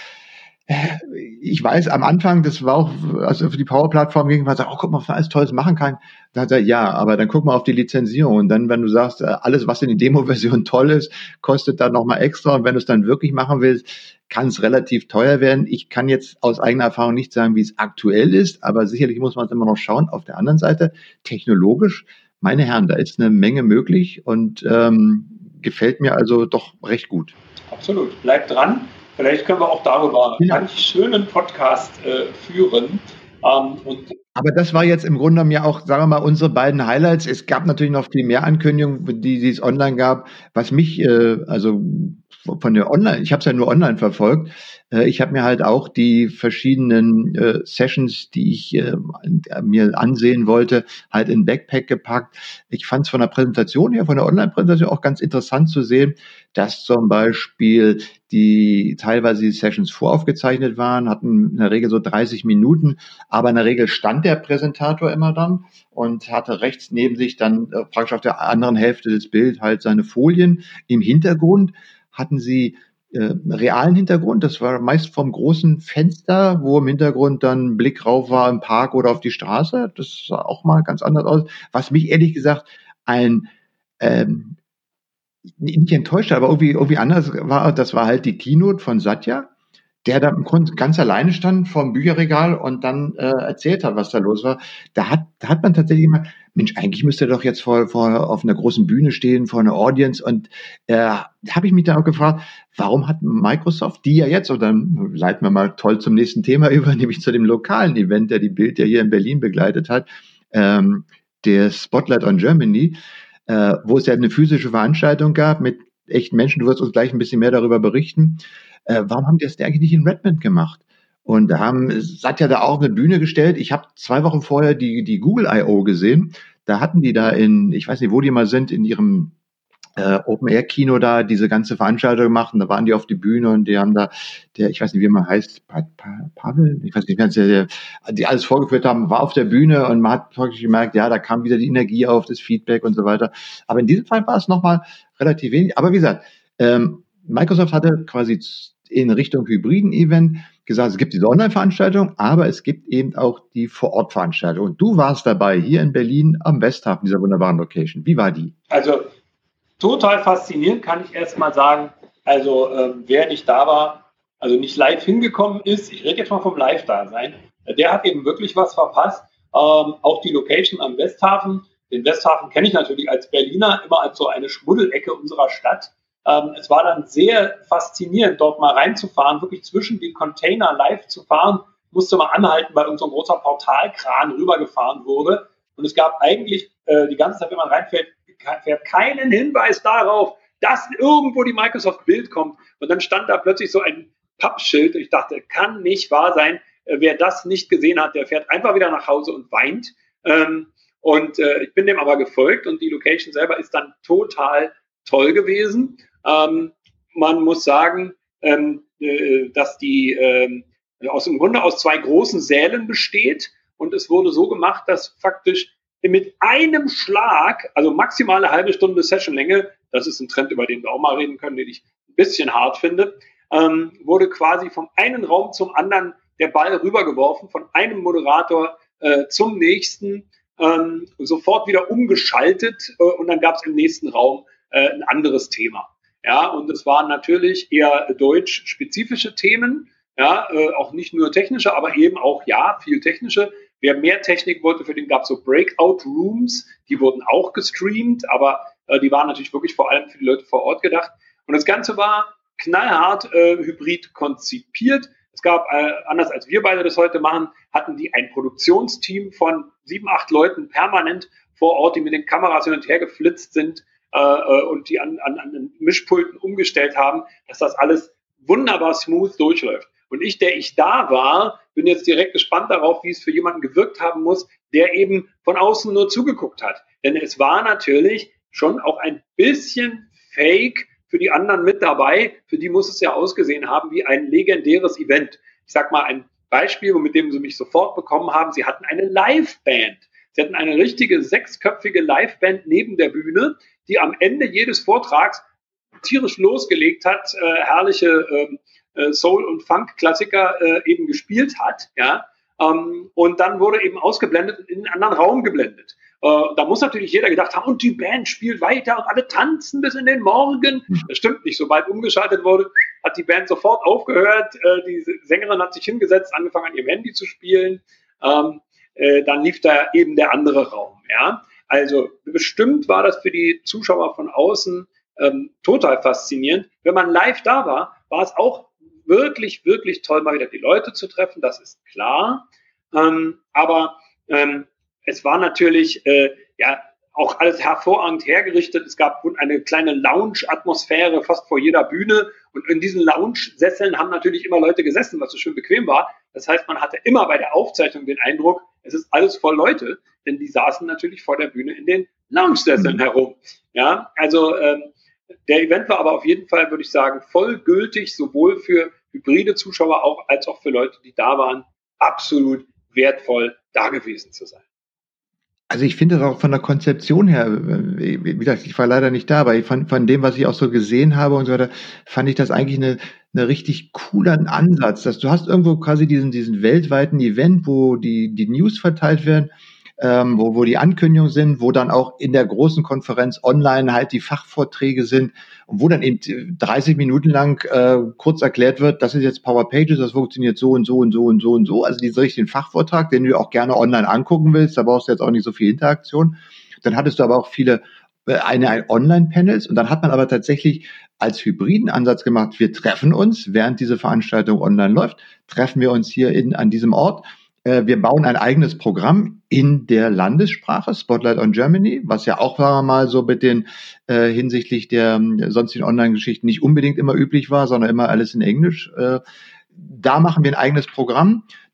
Ich weiß, am Anfang, das war auch, als es für die Power-Plattform ging, war so, oh, guck mal, was man alles Tolles machen kann. Da hat er, ja, aber dann guck mal auf die Lizenzierung. Und dann, wenn du sagst, alles, was in die Demo-Version toll ist, kostet dann nochmal extra. Und wenn du es dann wirklich machen willst, kann es relativ teuer werden. Ich kann jetzt aus eigener Erfahrung nicht sagen, wie es aktuell ist, aber sicherlich muss man es immer noch schauen. Auf der anderen Seite, technologisch, meine Herren, da ist eine Menge möglich, und ähm, gefällt mir also doch recht gut. Absolut. Bleibt dran. Vielleicht können wir auch darüber Genau. einen schönen Podcast äh, führen. Ähm, und Aber das war jetzt im Grunde genommen ja auch, sagen wir mal, unsere beiden Highlights. Es gab natürlich noch viel mehr Ankündigungen, die, die es online gab. Was mich, äh, also von der Online, ich habe es ja nur online verfolgt. Äh, ich habe mir halt auch die verschiedenen äh, Sessions, die ich äh, mir ansehen wollte, halt in Backpack gepackt. Ich fand es von der Präsentation her, von der Online-Präsentation auch ganz interessant zu sehen, dass zum Beispiel die teilweise die Sessions voraufgezeichnet waren, hatten in der Regel so dreißig Minuten, aber in der Regel stand der Präsentator immer dann und hatte rechts neben sich dann äh, praktisch auf der anderen Hälfte des Bildes halt seine Folien. Im Hintergrund hatten sie äh, realen Hintergrund, das war meist vom großen Fenster, wo im Hintergrund dann ein Blick rauf war im Park oder auf die Straße. Das sah auch mal ganz anders aus. Was mich ehrlich gesagt ein ähm, nicht enttäuscht, aber irgendwie, irgendwie anders war, das war halt die Keynote von Satya, der da im Grunde ganz alleine stand vor dem Bücherregal und dann äh, erzählt hat, was da los war. Da hat, da hat man tatsächlich immer, Mensch, eigentlich müsste er doch jetzt vor, vor auf einer großen Bühne stehen, vor einer Audience. Und äh, da habe ich mich dann auch gefragt, warum hat Microsoft die ja jetzt, und dann leiten wir mal toll zum nächsten Thema über, nämlich zu dem lokalen Event, der die Bild ja hier in Berlin begleitet hat, ähm, der Spotlight on Germany, äh, wo es ja eine physische Veranstaltung gab mit echten Menschen. Du wirst uns gleich ein bisschen mehr darüber berichten. Äh, warum haben die das denn eigentlich nicht in Redmond gemacht? Und da haben Satya da auch eine Bühne gestellt. Ich habe zwei Wochen vorher die die Google I O gesehen. Da hatten die da in, ich weiß nicht, wo die mal sind, in ihrem äh, Open-Air-Kino da diese ganze Veranstaltung gemacht und da waren die auf die Bühne und die haben da, der, ich weiß nicht, wie man heißt, pa pa Pavel, ich weiß nicht, wer der, die alles vorgeführt haben, war auf der Bühne und man hat wirklich gemerkt, ja, da kam wieder die Energie auf, das Feedback und so weiter. Aber in diesem Fall war es nochmal relativ wenig. Aber wie gesagt, ähm, Microsoft hatte quasi in Richtung hybriden Event gesagt, es gibt diese Online-Veranstaltung, aber es gibt eben auch die Vor-Ort-Veranstaltung. Und du warst dabei hier in Berlin am Westhafen, dieser wunderbaren Location. Wie war die? Also total faszinierend, kann ich erst mal sagen. Also ähm, wer nicht da war, also nicht live hingekommen ist, ich rede jetzt mal vom Live-Dasein, der hat eben wirklich was verpasst. Ähm, auch die Location am Westhafen. Den Westhafen kenne ich natürlich als Berliner immer als so eine Schmuddelecke unserer Stadt. Ähm, es war dann sehr faszinierend, dort mal reinzufahren, wirklich zwischen den Container live zu fahren. Musste mal anhalten, weil unser großer Portalkran rübergefahren wurde. Und es gab eigentlich äh, die ganze Zeit, wenn man reinfährt, fährt keinen Hinweis darauf, dass irgendwo die Microsoft-Bild kommt. Und dann stand da plötzlich so ein Pappschild und ich dachte, kann nicht wahr sein. Äh, wer das nicht gesehen hat, der fährt einfach wieder nach Hause und weint. Ähm, und äh, ich bin dem aber gefolgt und die Location selber ist dann total toll gewesen. Ähm, man muss sagen, ähm, äh, dass die äh, aus im Grunde aus zwei großen Sälen besteht und es wurde so gemacht, dass faktisch mit einem Schlag, also maximale halbe Stunde Sessionlänge, das ist ein Trend, über den wir auch mal reden können, den ich ein bisschen hart finde, ähm, wurde quasi vom einen Raum zum anderen der Ball rübergeworfen, von einem Moderator äh, zum nächsten, ähm, sofort wieder umgeschaltet äh, und dann gab es im nächsten Raum äh, ein anderes Thema. Ja, und es waren natürlich eher deutsch-spezifische Themen, ja, äh, auch nicht nur technische, aber eben auch, ja, viel technische. Wer mehr Technik wollte, für den gab es so Breakout-Rooms, die wurden auch gestreamt, aber äh, die waren natürlich wirklich vor allem für die Leute vor Ort gedacht. Und das Ganze war knallhart äh, hybrid konzipiert. Es gab, äh, anders als wir beide das heute machen, hatten die ein Produktionsteam von sieben, acht Leuten permanent vor Ort, die mit den Kameras hin und her geflitzt sind äh, und die an, an, an den Mischpulten umgestellt haben, dass das alles wunderbar smooth durchläuft. Und ich, der ich da war, bin jetzt direkt gespannt darauf, wie es für jemanden gewirkt haben muss, der eben von außen nur zugeguckt hat. Denn es war natürlich schon auch ein bisschen fake für die anderen mit dabei. Für die muss es ja ausgesehen haben wie ein legendäres Event. Ich sag mal ein Beispiel, mit dem sie mich sofort bekommen haben. Sie hatten eine Liveband. Sie hatten eine richtige sechsköpfige Liveband neben der Bühne, die am Ende jedes Vortrags tierisch losgelegt hat, äh, herrliche äh, Soul- und Funk-Klassiker äh, eben gespielt hat, ja, ähm, und dann wurde eben ausgeblendet und in einen anderen Raum geblendet. Äh, da muss natürlich jeder gedacht haben, und die Band spielt weiter und alle tanzen bis in den Morgen. Das stimmt nicht. Sobald umgeschaltet wurde, hat die Band sofort aufgehört. Äh, die Sängerin hat sich hingesetzt, angefangen an ihrem Handy zu spielen. Ähm, äh, dann lief da eben der andere Raum, ja. Also bestimmt war das für die Zuschauer von außen ähm, total faszinierend. Wenn man live da war, war es auch wirklich, wirklich toll, mal wieder die Leute zu treffen, das ist klar. Ähm, aber ähm, es war natürlich äh, ja auch alles hervorragend hergerichtet. Es gab eine kleine Lounge-Atmosphäre fast vor jeder Bühne. Und in diesen Lounge-Sesseln haben natürlich immer Leute gesessen, was so schön bequem war. Das heißt, man hatte immer bei der Aufzeichnung den Eindruck, es ist alles voll Leute, denn die saßen natürlich vor der Bühne in den Lounge-Sesseln herum. Ja, also ähm, der Event war aber auf jeden Fall, würde ich sagen, vollgültig, sowohl für hybride Zuschauer auch, als auch für Leute, die da waren, absolut wertvoll, da gewesen zu sein. Also ich finde das auch von der Konzeption her, wie gesagt, ich war leider nicht da, aber von, von dem, was ich auch so gesehen habe und so weiter, fand ich das eigentlich eine, eine richtig coolen Ansatz, dass du hast irgendwo quasi diesen, diesen weltweiten Event, wo die, die News verteilt werden, ähm, wo, wo die Ankündigungen sind, wo dann auch in der großen Konferenz online halt die Fachvorträge sind und wo dann eben dreißig Minuten lang äh, kurz erklärt wird, das ist jetzt Power Pages, das funktioniert so und so und so und so und so. Also diesen richtigen Fachvortrag, den du auch gerne online angucken willst, da brauchst du jetzt auch nicht so viel Interaktion. Dann hattest du aber auch viele äh, eine, eine Online-Panels und dann hat man aber tatsächlich als hybriden Ansatz gemacht, wir treffen uns, während diese Veranstaltung online läuft, treffen wir uns hier in, an diesem Ort. Wir bauen ein eigenes Programm in der Landessprache, Spotlight on Germany, was ja auch sagen wir mal so mit den äh, hinsichtlich der äh, sonstigen Online-Geschichten nicht unbedingt immer üblich war, sondern immer alles in Englisch. Äh, da machen wir ein eigenes Programm.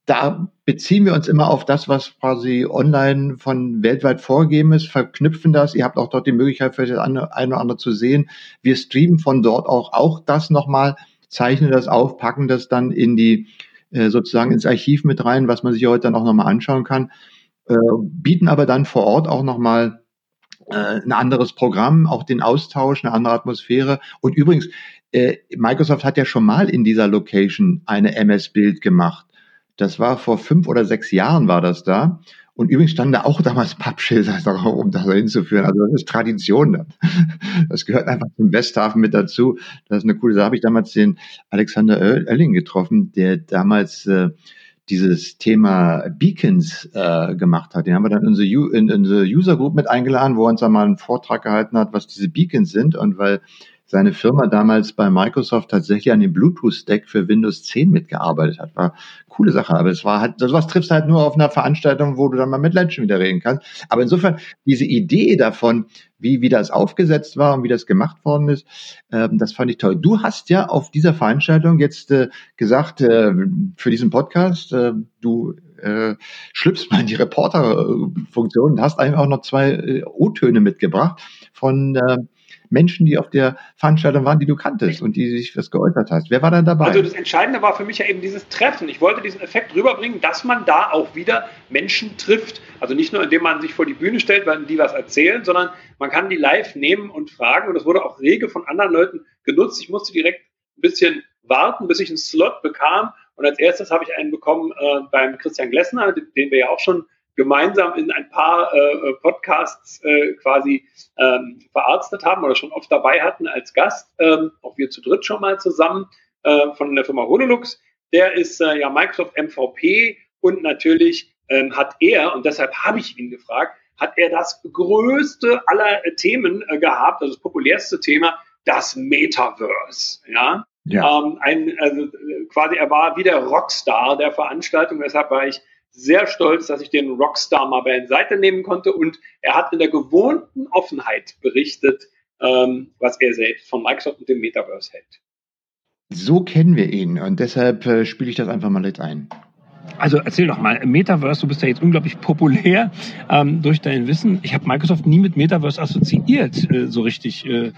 da beziehen wir uns immer auf das, was quasi online von weltweit vorgegeben ist, verknüpfen das. Ihr habt auch dort die Möglichkeit, für das eine, eine oder andere zu sehen. Wir streamen von dort auch, auch das nochmal, zeichnen das auf, packen das dann in die, äh, sozusagen ins Archiv mit rein, was man sich heute dann auch nochmal anschauen kann, äh, bieten aber dann vor Ort auch nochmal äh, ein anderes Programm, auch den Austausch, eine andere Atmosphäre. Und übrigens, äh, Microsoft hat ja schon mal in dieser Location eine M S-Bild gemacht. Das war vor fünf oder sechs Jahren war das da. Und übrigens standen da auch damals Pappschilder, um das hinzuführen. Also das ist Tradition. Das gehört einfach zum Westhafen mit dazu. Das ist eine coole Sache. Da habe ich damals den Alexander Oelling getroffen, der damals äh, dieses Thema Beacons äh, gemacht hat. Den haben wir dann in unsere, in, in unsere User Group mit eingeladen, wo er uns dann mal einen Vortrag gehalten hat, was diese Beacons sind. Und weil seine Firma damals bei Microsoft tatsächlich an dem Bluetooth-Stack für Windows zehn mitgearbeitet hat. War eine coole Sache, aber es war halt, sowas triffst du halt nur auf einer Veranstaltung, wo du dann mal mit Menschen wieder reden kannst. Aber insofern, diese Idee davon, wie, wie das aufgesetzt war und wie das gemacht worden ist, ähm, das fand ich toll. Du hast ja auf dieser Veranstaltung jetzt äh, gesagt, äh, für diesen Podcast, äh, du äh, schlüpfst mal in die Reporter-Funktion und hast eigentlich auch noch zwei äh, O-Töne mitgebracht von äh, Menschen, die auf der Veranstaltung waren, die du kanntest und die sich was geäußert hast. Wer war da dabei? Also das Entscheidende war für mich ja eben dieses Treffen. Ich wollte diesen Effekt rüberbringen, dass man da auch wieder Menschen trifft. Also nicht nur, indem man sich vor die Bühne stellt, weil die was erzählen, sondern man kann die live nehmen und fragen. Und das wurde auch rege von anderen Leuten genutzt. Ich musste direkt ein bisschen warten, bis ich einen Slot bekam. Und als erstes habe ich einen bekommen äh, beim Christian Glessner, den wir ja auch schon gemeinsam in ein paar äh, Podcasts äh, quasi ähm, verarztet haben oder schon oft dabei hatten als Gast, ähm, auch wir zu dritt schon mal zusammen äh, von der Firma Hololux. Der ist äh, ja Microsoft M V P und natürlich ähm, hat er, und deshalb habe ich ihn gefragt, hat er das größte aller äh, Themen äh, gehabt, also das populärste Thema, das Metaverse. Ja, ja. Ähm, ein, also quasi er war wie der Rockstar der Veranstaltung, deshalb war ich sehr stolz, dass ich den Rockstar mal bei der Seite nehmen konnte, und er hat in der gewohnten Offenheit berichtet, ähm, was er selbst von Microsoft und dem Metaverse hält. So kennen wir ihn, und deshalb äh, spiele ich das einfach mal jetzt ein. Also erzähl doch mal, Metaverse, du bist ja jetzt unglaublich populär ähm, durch dein Wissen. Ich habe Microsoft nie mit Metaverse assoziiert, äh, so richtig. Äh,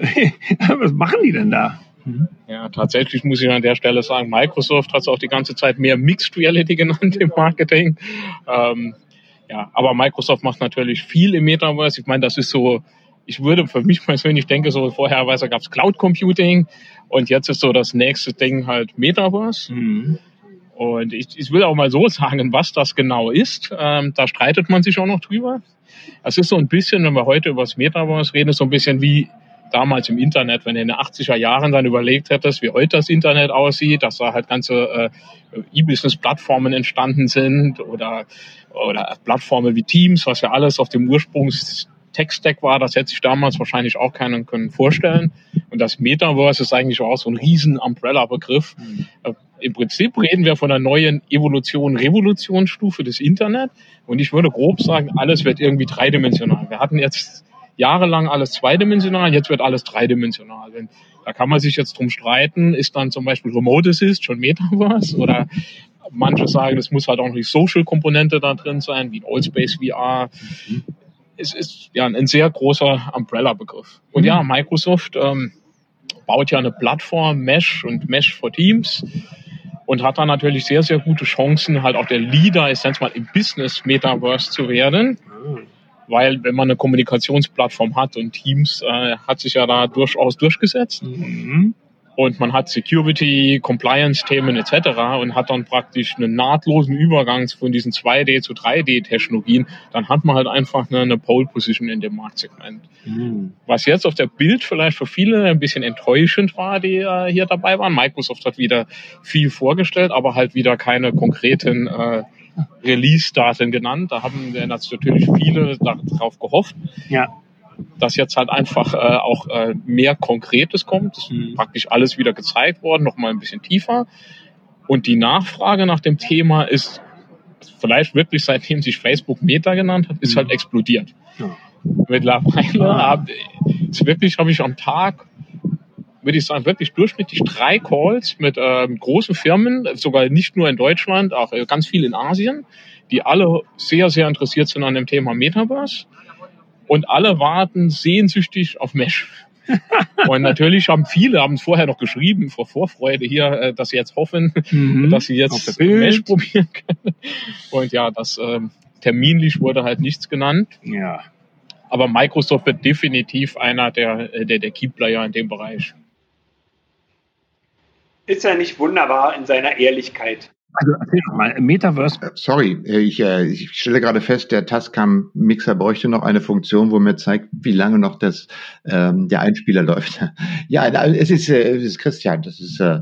was machen die denn da? Ja, tatsächlich muss ich an der Stelle sagen, Microsoft hat es auch die ganze Zeit mehr Mixed Reality genannt im Marketing. Ähm, ja, aber Microsoft macht natürlich viel im Metaverse. Ich meine, das ist so, ich würde für mich persönlich denke, so vorherweise gab es Cloud Computing und jetzt ist so das nächste Ding halt Metaverse. Mhm. Und ich, ich will auch mal so sagen, was das genau ist. Ähm, da streitet man sich auch noch drüber. Es ist so ein bisschen, wenn wir heute über das Metaverse reden, ist so ein bisschen wie damals im Internet, wenn du in den achtziger Jahren dann überlegt hättest, wie heute das Internet aussieht, dass da halt ganze äh, E-Business-Plattformen entstanden sind oder, oder Plattformen wie Teams, was ja alles auf dem Ursprungs-Tech-Stack war, das hätte sich damals wahrscheinlich auch keiner können vorstellen. Und das Metaverse ist eigentlich auch so ein riesen Umbrella-Begriff. Mhm. Äh, Im Prinzip reden wir von einer neuen Evolution, Revolutionsstufe des Internet. Und ich würde grob sagen, alles wird irgendwie dreidimensional. Wir hatten jetzt jahrelang alles zweidimensional, jetzt wird alles dreidimensional. Da kann man sich jetzt drum streiten, ist dann zum Beispiel Remote Assist schon Metaverse, oder manche sagen, es muss halt auch noch die Social-Komponente da drin sein, wie Allspace V R. Mhm. Es ist ja ein sehr großer Umbrella-Begriff. Und mhm. ja, Microsoft ähm, baut ja eine Plattform, Mesh und Mesh for Teams, und hat da natürlich sehr, sehr gute Chancen, halt auch der Leader, ich nenne es mal, im Business-Metaverse zu werden. Mhm. Weil wenn man eine Kommunikationsplattform hat und Teams, äh, hat sich ja da durchaus durchgesetzt. Mhm. Und man hat Security, Compliance-Themen et cetera und hat dann praktisch einen nahtlosen Übergang von diesen zwei D zu drei D-Technologien. Dann hat man halt einfach eine, eine Pole-Position in dem Marktsegment. Mhm. Was jetzt auf der Bild vielleicht für viele ein bisschen enttäuschend war, die äh, hier dabei waren. Microsoft hat wieder viel vorgestellt, aber halt wieder keine konkreten äh, Release-Daten genannt. Da haben wir natürlich viele darauf gehofft, ja, dass jetzt halt einfach äh, auch äh, mehr Konkretes kommt. Das ist mhm. praktisch alles wieder gezeigt worden, nochmal ein bisschen tiefer. Und die Nachfrage nach dem Thema ist vielleicht wirklich, seitdem sich Facebook Meta genannt hat, ist mhm. halt explodiert. Ja. Mittlerweile ja. hab, ist wirklich habe ich am Tag würde ich sagen, wirklich durchschnittlich drei Calls mit ähm, großen Firmen, sogar nicht nur in Deutschland, auch äh, ganz viel in Asien, die alle sehr, sehr interessiert sind an dem Thema Metaverse. Und alle warten sehnsüchtig auf Mesh. Und natürlich haben viele haben es vorher noch geschrieben, vor Vorfreude hier, dass sie jetzt hoffen, mhm. dass sie jetzt Mesh probieren können. Und ja, das ähm, terminlich wurde halt nichts genannt. Ja. Aber Microsoft wird definitiv einer der, der, der Key-Player in dem Bereich. Ist er nicht wunderbar in seiner Ehrlichkeit? Also erzähl doch mal, Metaverse. Sorry, ich, äh, ich stelle gerade fest, der Tascam-Mixer bräuchte noch eine Funktion, wo mir zeigt, wie lange noch das ähm, der Einspieler läuft. Ja, es ist, äh, es ist Christian. Das ist. Äh,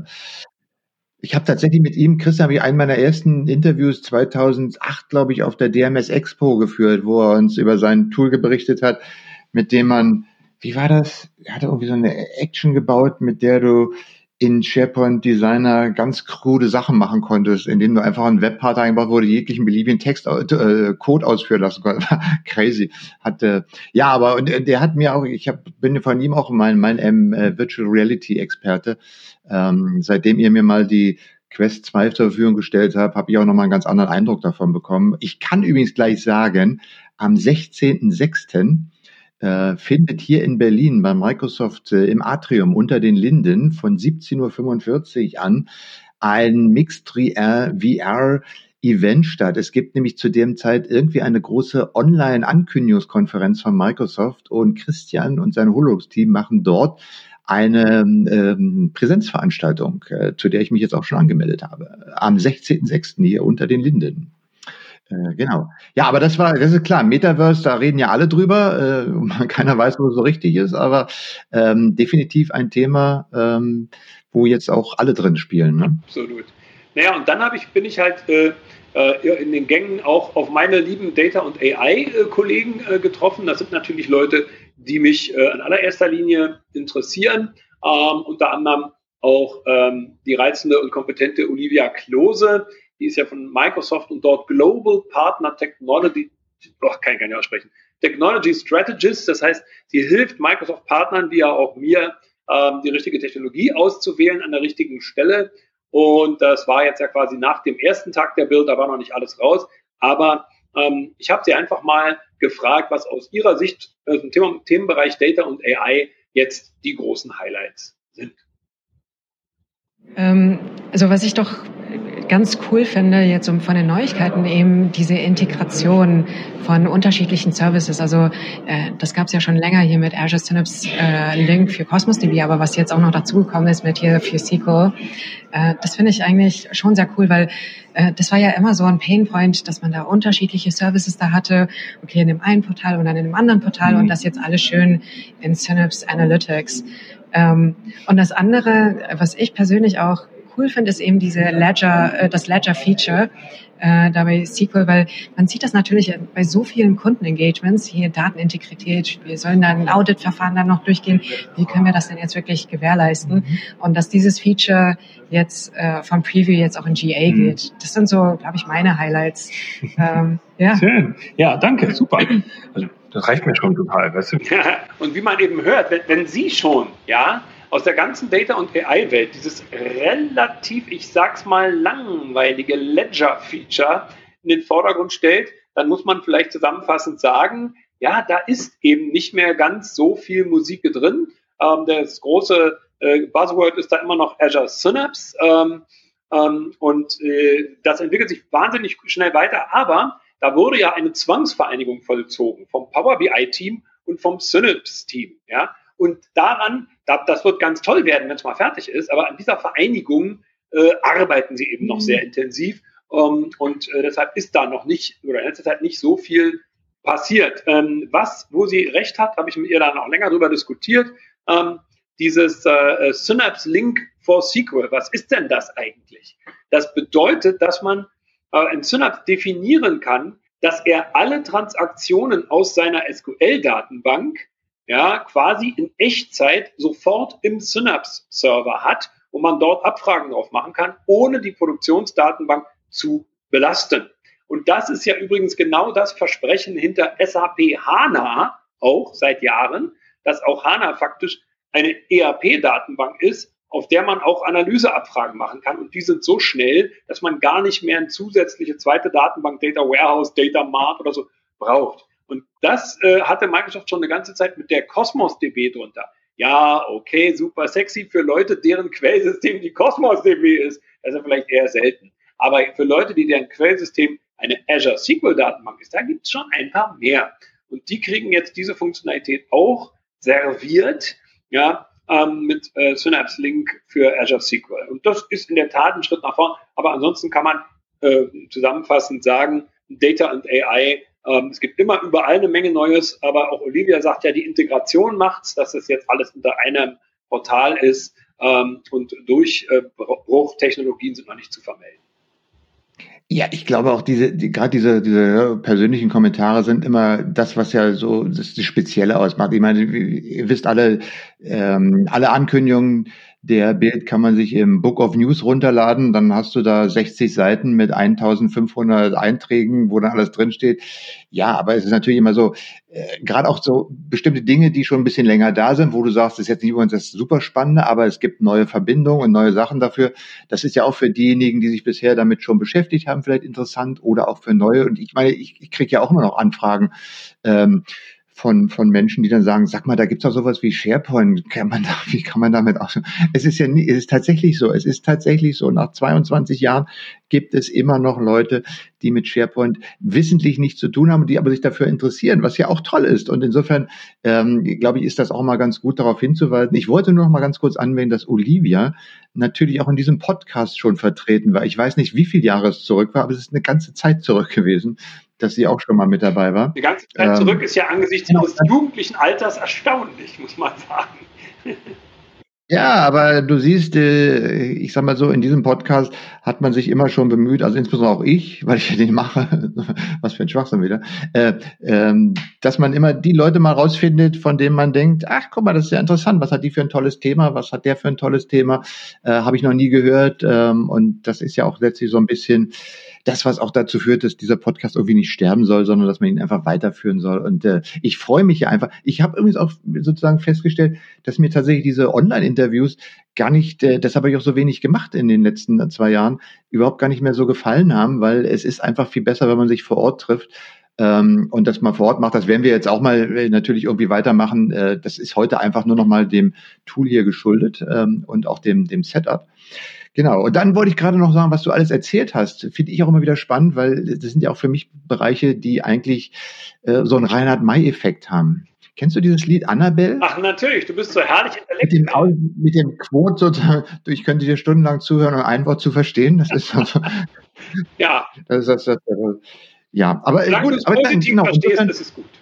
ich habe tatsächlich mit ihm, Christian, habe ich einen meiner ersten Interviews zweitausendacht, glaube ich, auf der D M S Expo geführt, wo er uns über sein Tool berichtet hat, mit dem man, wie war das? Er hatte irgendwie so eine Action gebaut, mit der du in SharePoint Designer ganz krude Sachen machen konntest, indem du einfach einen Webpart eingebaut wurde, jeglichen beliebigen Text, äh, Code ausführen lassen konntest. Crazy. Hatte, ja, aber und der hat mir auch, ich hab, bin von ihm auch mein, mein ähm, Virtual Reality Experte. Ähm, seitdem ihr mir mal die Quest zwei zur Verfügung gestellt habt, habe ich auch nochmal einen ganz anderen Eindruck davon bekommen. Ich kann übrigens gleich sagen, am sechzehnten sechsten Äh, findet hier in Berlin bei Microsoft äh, im Atrium unter den Linden von siebzehn Uhr fünfundvierzig an ein Mixed V R Event statt. Es gibt nämlich zu dem Zeit irgendwie eine große Online-Ankündigungskonferenz von Microsoft und Christian und sein Hololux-Team machen dort eine ähm, Präsenzveranstaltung, äh, zu der ich mich jetzt auch schon angemeldet habe. Am sechzehnten sechsten hier unter den Linden. Äh, genau. Ja, aber das war, das ist klar, Metaverse, da reden ja alle drüber. Äh, keiner weiß, wo es so richtig ist, aber ähm, definitiv ein Thema, ähm, wo jetzt auch alle drin spielen. Ne? Absolut. Naja, und dann hab ich, bin ich halt äh, äh, in den Gängen auch auf meine lieben Data- und A I-Kollegen äh, getroffen. Das sind natürlich Leute, die mich äh, in allererster Linie interessieren. Ähm, unter anderem auch ähm, die reizende und kompetente Olivia Klose. Die ist ja von Microsoft und dort Global Partner Technology, oh, kann ich gar nicht aussprechen, Technology Strategist. Das heißt, sie hilft Microsoft-Partnern, wie ja auch mir, ähm, die richtige Technologie auszuwählen an der richtigen Stelle. Und das war jetzt ja quasi nach dem ersten Tag der Build, da war noch nicht alles raus. Aber ähm, ich habe sie einfach mal gefragt, was aus ihrer Sicht äh, im Thema, Themenbereich Data und A I jetzt die großen Highlights sind. Ähm, also was ich doch ganz cool finde, jetzt um von den Neuigkeiten eben diese Integration von unterschiedlichen Services. Also äh, das gab es ja schon länger hier mit Azure Synapse äh, Link für Cosmos D B, aber was jetzt auch noch dazugekommen ist mit hier für S Q L, äh, das finde ich eigentlich schon sehr cool, weil äh, das war ja immer so ein Painpoint, dass man da unterschiedliche Services da hatte, okay, in dem einen Portal und dann in dem anderen Portal mhm. und das jetzt alles schön in Synapse Analytics. Ähm, und das andere, was ich persönlich auch cool finde, ist eben diese Ledger, äh, das Ledger-Feature äh, da bei S Q L, weil man sieht das natürlich bei so vielen Kundenengagements, hier Datenintegrität, wir sollen dann ein Auditverfahren dann noch durchgehen, wie können wir das denn jetzt wirklich gewährleisten? Mhm. Und dass dieses Feature jetzt äh, vom Preview jetzt auch in G A mhm. geht, das sind so, glaube ich, meine Highlights. ähm, ja. Schön. Ja, danke, super. Also, das reicht mir schon total, weißt du? Ja, und wie man eben hört, wenn, wenn Sie schon, ja, aus der ganzen Data- und A I-Welt dieses relativ, ich sag's mal, langweilige Ledger-Feature in den Vordergrund stellt, dann muss man vielleicht zusammenfassend sagen, ja, da ist eben nicht mehr ganz so viel Musik drin. Ähm, das große äh, Buzzword ist da immer noch Azure Synapse ähm, ähm, und äh, das entwickelt sich wahnsinnig schnell weiter, aber da wurde ja eine Zwangsvereinigung vollzogen vom Power B I-Team und vom Synapse-Team, ja. Und daran, das wird ganz toll werden, wenn es mal fertig ist, aber an dieser Vereinigung äh, arbeiten sie eben noch sehr intensiv ähm, und äh, deshalb ist da noch nicht, oder in letzter Zeit nicht so viel passiert. Ähm, was, wo sie recht hat, habe ich mit ihr dann auch länger darüber diskutiert, ähm, dieses äh, Synapse Link for S Q L, was ist denn das eigentlich? Das bedeutet, dass man äh, in Synapse definieren kann, dass er alle Transaktionen aus seiner S Q L-Datenbank ja, quasi in Echtzeit sofort im Synapse-Server hat und man dort Abfragen drauf machen kann, ohne die Produktionsdatenbank zu belasten. Und das ist ja übrigens genau das Versprechen hinter S A P HANA, auch seit Jahren, dass auch HANA faktisch eine E R P-Datenbank ist, auf der man auch Analyseabfragen machen kann. Und die sind so schnell, dass man gar nicht mehr eine zusätzliche zweite Datenbank, Data Warehouse, Data Mart oder so braucht. Und das äh, hatte Microsoft schon eine ganze Zeit mit der Cosmos D B drunter. Ja, okay, super sexy für Leute, deren Quellsystem die Cosmos D B ist. Das ist ja vielleicht eher selten. Aber für Leute, die deren Quellsystem eine Azure S Q L-Datenbank ist, da gibt es schon ein paar mehr. Und die kriegen jetzt diese Funktionalität auch serviert, ja, ähm, mit äh, Synapse Link für Azure S Q L. Und das ist in der Tat ein Schritt nach vorn. Aber ansonsten kann man äh, zusammenfassend sagen, Data und A I, ähm, es gibt immer überall eine Menge Neues, aber auch Olivia sagt ja, die Integration macht's, dass es jetzt alles unter einem Portal ist, ähm, und Durchbruchtechnologien sind noch nicht zu vermelden. Ja, ich glaube auch diese, die, gerade diese, diese persönlichen Kommentare sind immer das, was ja so das, das Spezielle ausmacht. Ich meine, ihr wisst alle, ähm, alle Ankündigungen der Bild kann man sich im Book of News runterladen. Dann hast du da sechzig Seiten mit eintausendfünfhundert Einträgen, wo dann alles drinsteht. Ja, aber es ist natürlich immer so, äh, gerade auch so bestimmte Dinge, die schon ein bisschen länger da sind, wo du sagst, das ist jetzt nicht übrigens das super Spannende, aber es gibt neue Verbindungen und neue Sachen dafür. Das ist ja auch für diejenigen, die sich bisher damit schon beschäftigt haben, vielleicht interessant oder auch für neue. Und ich meine, ich, ich kriege ja auch immer noch Anfragen, ähm, von von Menschen, die dann sagen, sag mal, da gibt's auch sowas wie SharePoint, kann man da, wie kann man damit auch? Es ist ja nie, es ist tatsächlich so, es ist tatsächlich so, nach zweiundzwanzig Jahren gibt es immer noch Leute, die mit SharePoint wissentlich nichts zu tun haben, die aber sich dafür interessieren, was ja auch toll ist. Und insofern, ähm, glaube ich, ist das auch mal ganz gut, darauf hinzuweisen. Ich wollte nur noch mal ganz kurz anwählen, dass Olivia natürlich auch in diesem Podcast schon vertreten war. Ich weiß nicht, wie viele Jahre es zurück war, aber es ist eine ganze Zeit zurück gewesen, dass sie auch schon mal mit dabei war. Die ganze Zeit ähm, zurück ist ja angesichts genau. ihres jugendlichen Alters erstaunlich, muss man sagen. Ja, aber du siehst, ich sag mal so, in diesem Podcast hat man sich immer schon bemüht, also insbesondere auch ich, weil ich ja den mache, was für ein Schwachsinn wieder, äh, ähm, dass man immer die Leute mal rausfindet, von denen man denkt, ach guck mal, das ist ja interessant, was hat die für ein tolles Thema, was hat der für ein tolles Thema, äh, habe ich noch nie gehört, ähm, und das ist ja auch letztlich so ein bisschen das, was auch dazu führt, dass dieser Podcast irgendwie nicht sterben soll, sondern dass man ihn einfach weiterführen soll. Und äh, ich freue mich ja einfach. Ich habe übrigens auch sozusagen festgestellt, dass mir tatsächlich diese Online-Interviews gar nicht, äh, das habe ich auch so wenig gemacht in den letzten zwei Jahren, überhaupt gar nicht mehr so gefallen haben, weil es ist einfach viel besser, wenn man sich vor Ort trifft. Ähm, und das mal vor Ort macht, das werden wir jetzt auch mal äh, natürlich irgendwie weitermachen. Äh, das ist heute einfach nur noch mal dem Tool hier geschuldet, ähm, und auch dem, dem Setup. Genau, und dann wollte ich gerade noch sagen, was du alles erzählt hast, finde ich auch immer wieder spannend, weil das sind ja auch für mich Bereiche, die eigentlich äh, so einen Reinhard-May-Effekt haben. Kennst du dieses Lied Annabelle? Ach natürlich, du bist so herrlich intellektuell. Mit dem, mit dem Quote sozusagen, ich könnte dir stundenlang zuhören und ein Wort zu verstehen, das ist also, ja. Das ist das, das, das, ja, aber Solange gut, du es aber positiv dann, genau, verstehst, dann, ist es gut.